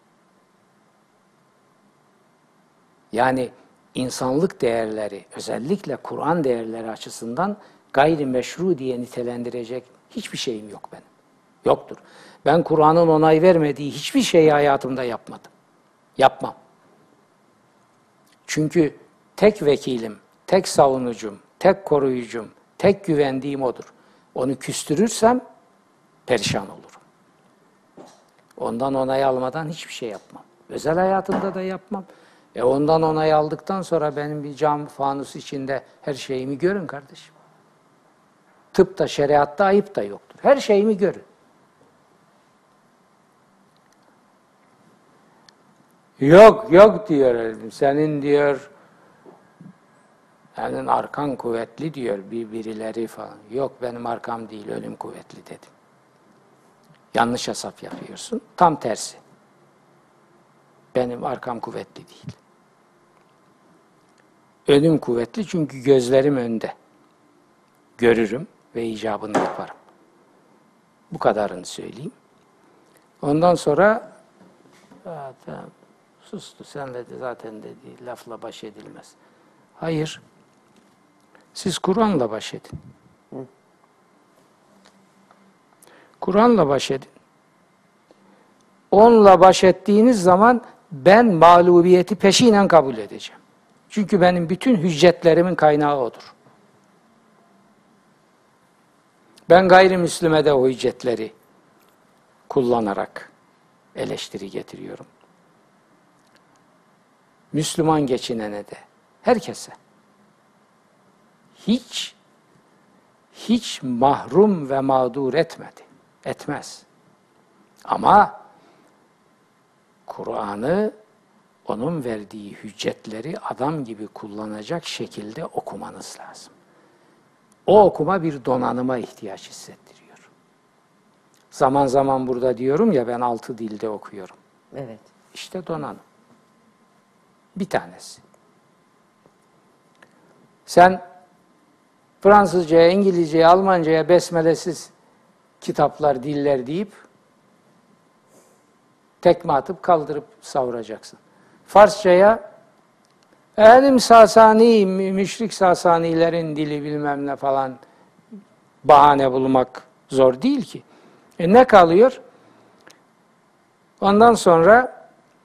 Yani insanlık değerleri, özellikle Kur'an değerleri açısından gayrimeşru diye nitelendirecek hiçbir şeyim yok benim. Yoktur. Ben Kur'an'ın onay vermediği hiçbir şeyi hayatımda yapmadım. Yapmam. Çünkü tek vekilim, tek savunucum, tek koruyucum, tek güvendiğim odur. Onu küstürürsem perişan olurum. Ondan onay almadan hiçbir şey yapmam. Özel hayatımda da yapmam. E ondan onay aldıktan sonra benim bir cam fanus içinde her şeyimi görün kardeşim. Tıpta, şeriatta ayıp da yoktur. Her şeyimi görün. Yok, yok diyor. Senin diyor, senin arkan kuvvetli diyor bir birileri falan. Yok benim arkam değil, ölüm kuvvetli dedim. Yanlış hesap yapıyorsun. Tam tersi. Benim arkam kuvvetli değil. Önüm kuvvetli çünkü gözlerim önde. Görürüm ve icabını yaparım. Bu kadarını söyleyeyim. Ondan sonra zaten sustu. Senle de zaten dedi lafla baş edilmez. Hayır. Siz Kur'an'la baş edin. Kur'an'la baş edin. Onunla baş ettiğiniz zaman ben mağlubiyeti peşinen kabul edeceğim. Çünkü benim bütün hüccetlerimin kaynağı odur. Ben gayrimüslime de o hüccetleri kullanarak eleştiri getiriyorum. Müslüman geçinene de, herkese. Hiç, hiç mahrum ve mağdur etmedi. Etmez. Ama Kur'an'ı, onun verdiği hüccetleri adam gibi kullanacak şekilde okumanız lazım. O okuma bir donanıma ihtiyaç hissettiriyor. Zaman zaman burada diyorum ya, ben altı dilde okuyorum. Evet. İşte donanım. Bir tanesi. Sen Fransızcaya, İngilizceye, Almancaya besmelesiz kitaplar, diller deyip tekme atıp kaldırıp savuracaksın. Farsçaya benim Sasani, müşrik Sasanilerin dili bilmem ne falan bahane bulmak zor değil ki. E ne kalıyor? Ondan sonra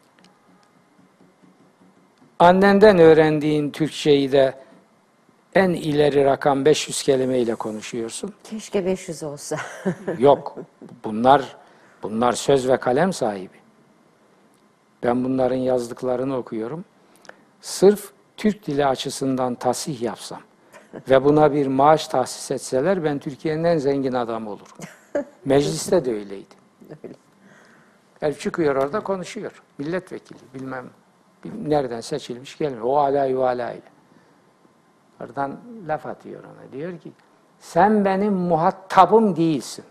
annenden öğrendiğin Türkçeyi de en ileri rakam beş yüz kelimeyle konuşuyorsun. Keşke beş yüz olsa. Yok. Bunlar bunlar söz ve kalem sahibi. Ben bunların yazdıklarını okuyorum. Sırf Türk dili açısından tasih yapsam ve buna bir maaş tahsis etseler ben Türkiye'nin en zengin adamı olurum. Mecliste de öyleydi. Herif çıkıyor orada konuşuyor. Milletvekili bilmem nereden seçilmiş gelmiyor. O ala yuvala ile. Oradan laf atıyor ona. Diyor ki sen benim muhatabım değilsin.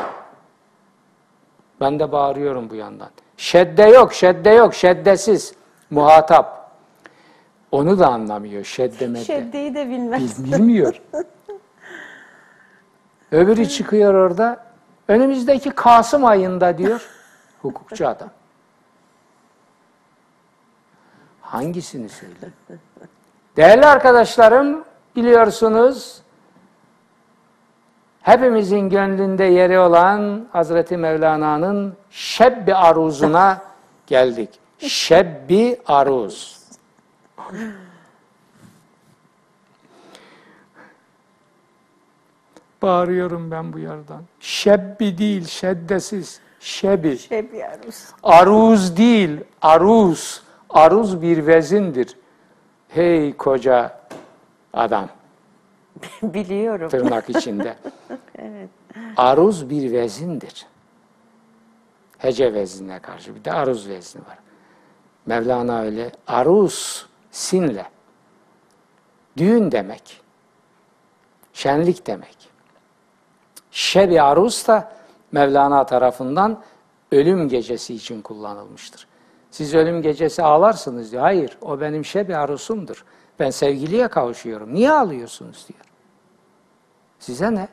Ben de bağırıyorum bu yandan. Şedde yok, şedde yok, şeddesiz. Muhatap. Onu da anlamıyor. Şedde medde. Şeddeyi de bilmez. Bilmiyor. Öbürü çıkıyor orada. Önümüzdeki Kasım ayında diyor. Hukukçu adam. Hangisini söyleyeyim? Değerli arkadaşlarım, biliyorsunuz hepimizin gönlünde yeri olan Hazreti Mevlana'nın Şebbi Aruz'una geldik. Şebbi Aruz. Bağırıyorum ben bu yerden. Şebbi değil, şeddesiz. Şebi. Şebbi Aruz. Aruz değil, aruz. Aruz bir vezindir. Hey koca adam. Biliyorum. Tırnak içinde. Evet. Aruz bir vezindir. Hece veznine karşı bir de aruz vezni var. Mevlana öyle. Aruz sinle. Düğün demek. Şenlik demek. Şebi aruz da Mevlana tarafından ölüm gecesi için kullanılmıştır. Siz ölüm gecesi ağlarsınız diyor. Hayır, o benim şebi arusumdur. Ben sevgiliye kavuşuyorum. Niye ağlıyorsunuz diyor. Size ne?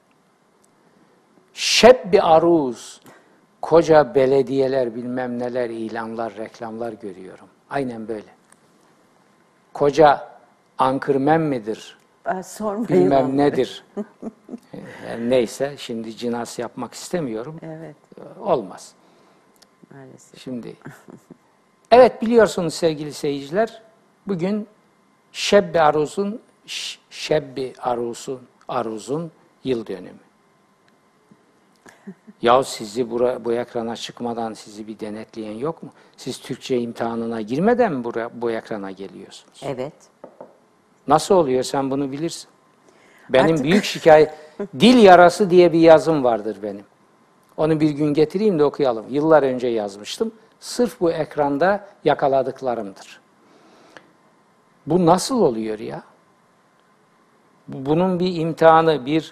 Şebbi aruz. Koca belediyeler bilmem neler, ilanlar, reklamlar görüyorum. Aynen böyle. Koca ankırmen midir? Aa, sormayın Bilmem onları. nedir. Yani neyse, şimdi cinas yapmak istemiyorum. Evet, Olmaz. maalesef. Şimdi, evet biliyorsunuz sevgili seyirciler, bugün Şebbi Aruz'un Ş- Şebbi Aruz'un Aruz'un yıl dönümü. Ya sizi bura, bu ekrana çıkmadan sizi bir denetleyen yok mu? Siz Türkçe imtihanına girmeden mi buraya, bu ekrana geliyorsunuz? Evet. Nasıl oluyor sen bunu bilirsin. Benim Artık- büyük şikayet, dil yarası diye bir yazım vardır benim. Onu bir gün getireyim de okuyalım. Yıllar önce yazmıştım. Sırf bu ekranda yakaladıklarımdır. Bu nasıl oluyor ya? Bunun bir imtihanı, bir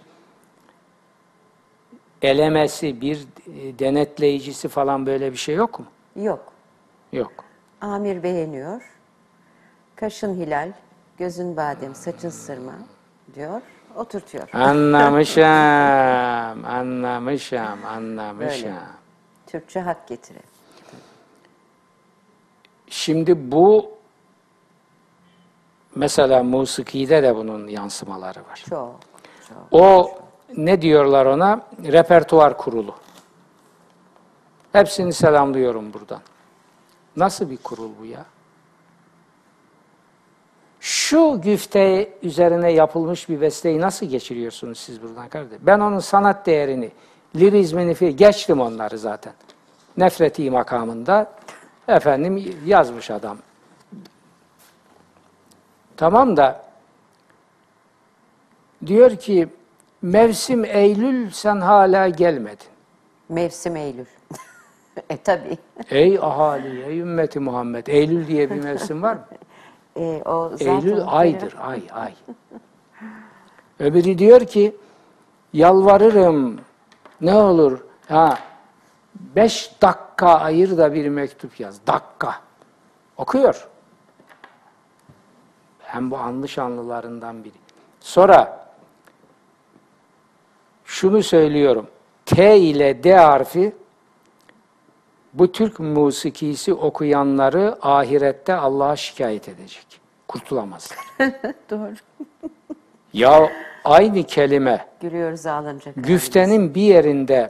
elemesi, bir denetleyicisi falan böyle bir şey yok mu? Yok. Yok. Amir beğeniyor. Kaşın hilal, gözün badem, saçın sırma diyor. Oturtuyor. Anlamışım, anlamışım, anlamışım. Böyle. Türkçe hak getire. Şimdi bu mesela musikide de bunun yansımaları var. Çok, çok. O ne diyorlar ona? Repertuar kurulu. Hepsini selamlıyorum buradan. Nasıl bir kurul bu ya? Şu güfte üzerine yapılmış bir besteyi nasıl geçiriyorsunuz siz buradan kardeşim? Ben onun sanat değerini, lirizmini falan geçtim onları zaten. Nefreti makamında efendim yazmış adam. Tamam da diyor ki mevsim Eylül sen hala gelmedin. Mevsim Eylül. E tabii. Ey ahali, ey ümmeti Muhammed. Eylül diye bir mevsim var mı? E, o zaten Eylül muhtemelen- aydır, ay, ay. Öbürü diyor ki, yalvarırım, ne olur, ha, beş dakika ayır da bir mektup yaz. Dakika. Okuyor. Hem bu anlı şanlılarından biri. Sonra, şunu söylüyorum, T ile D harfi, bu Türk musikisi okuyanları ahirette Allah'a şikayet edecek. Kurtulamazlar. Doğru. Ya aynı kelime Gülüyoruz ağlanacak. güftenin bir yerinde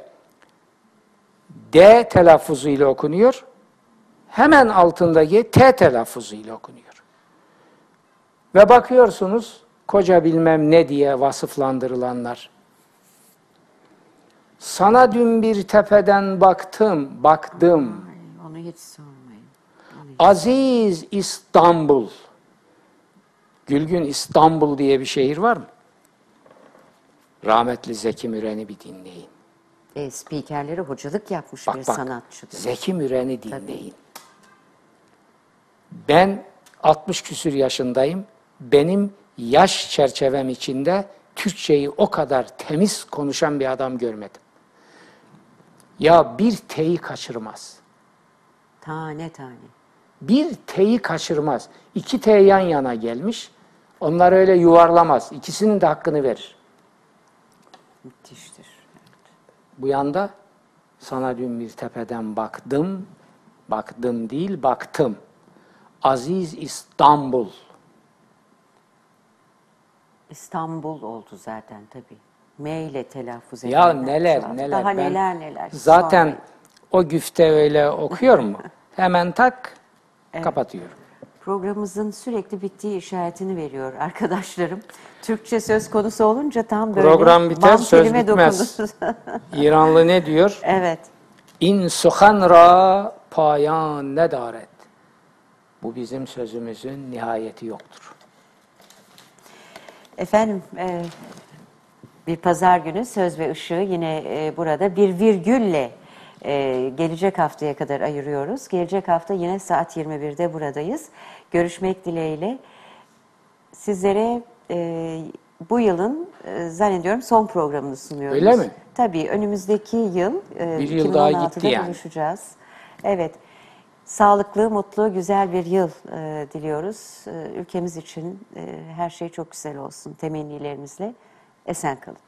D telaffuzuyla okunuyor, hemen altındaki T telaffuzuyla okunuyor. Ve bakıyorsunuz koca bilmem ne diye vasıflandırılanlar. Sana dün bir tepeden baktım, baktım. Ay, onu hiç sormayın. Onu hiç- Aziz İstanbul. Gülgün İstanbul diye bir şehir var mı? Rahmetli Zeki Müren'i bir dinleyin. E, spikerleri hocalık yapmış Bak bir bak, sanatçıdır. Zeki Müren'i dinleyin. Ben altmış küsür yaşındayım. Benim yaş çerçevem içinde Türkçeyi o kadar temiz konuşan bir adam görmedim. Ya bir T'yi kaçırmaz. Tane tane. Bir T'yi kaçırmaz. İki T yan yana gelmiş. Onlar öyle yuvarlamaz. İkisinin de hakkını verir. Müthiştir. Bu yanda sana dün bir tepeden baktım, baktım değil baktım. Aziz İstanbul. İstanbul oldu zaten tabii. M ile telaffuz Ya edenler neler çoğaldı. neler. Daha Ben neler neler. zaten Sormayın. o güfte öyle okuyor mu? Hemen tak kapatıyorum. Programımızın sürekli bittiği işaretini veriyor arkadaşlarım. Türkçe söz konusu olunca tam böyle Program biter, bam söz kelime bitmez. dokundunuz. İranlı ne diyor? Evet. İn suhan ra payan nedaret. Bu bizim sözümüzün nihayeti yoktur. Efendim, e, bir pazar günü Söz ve Işığı yine e, burada bir virgülle e, gelecek haftaya kadar ayırıyoruz. Gelecek hafta yine saat yirmi birde buradayız. Görüşmek dileğiyle sizlere e, bu yılın e, zannediyorum son programını sunuyoruz. Öyle mi? Tabii önümüzdeki yıl e, Bir yıl daha gitti iki bin on altıda yani. buluşacağız. Evet. Sağlıklı, mutlu, güzel bir yıl e, diliyoruz. E, ülkemiz için e, her şey çok güzel olsun temennilerimizle. Esen kalın.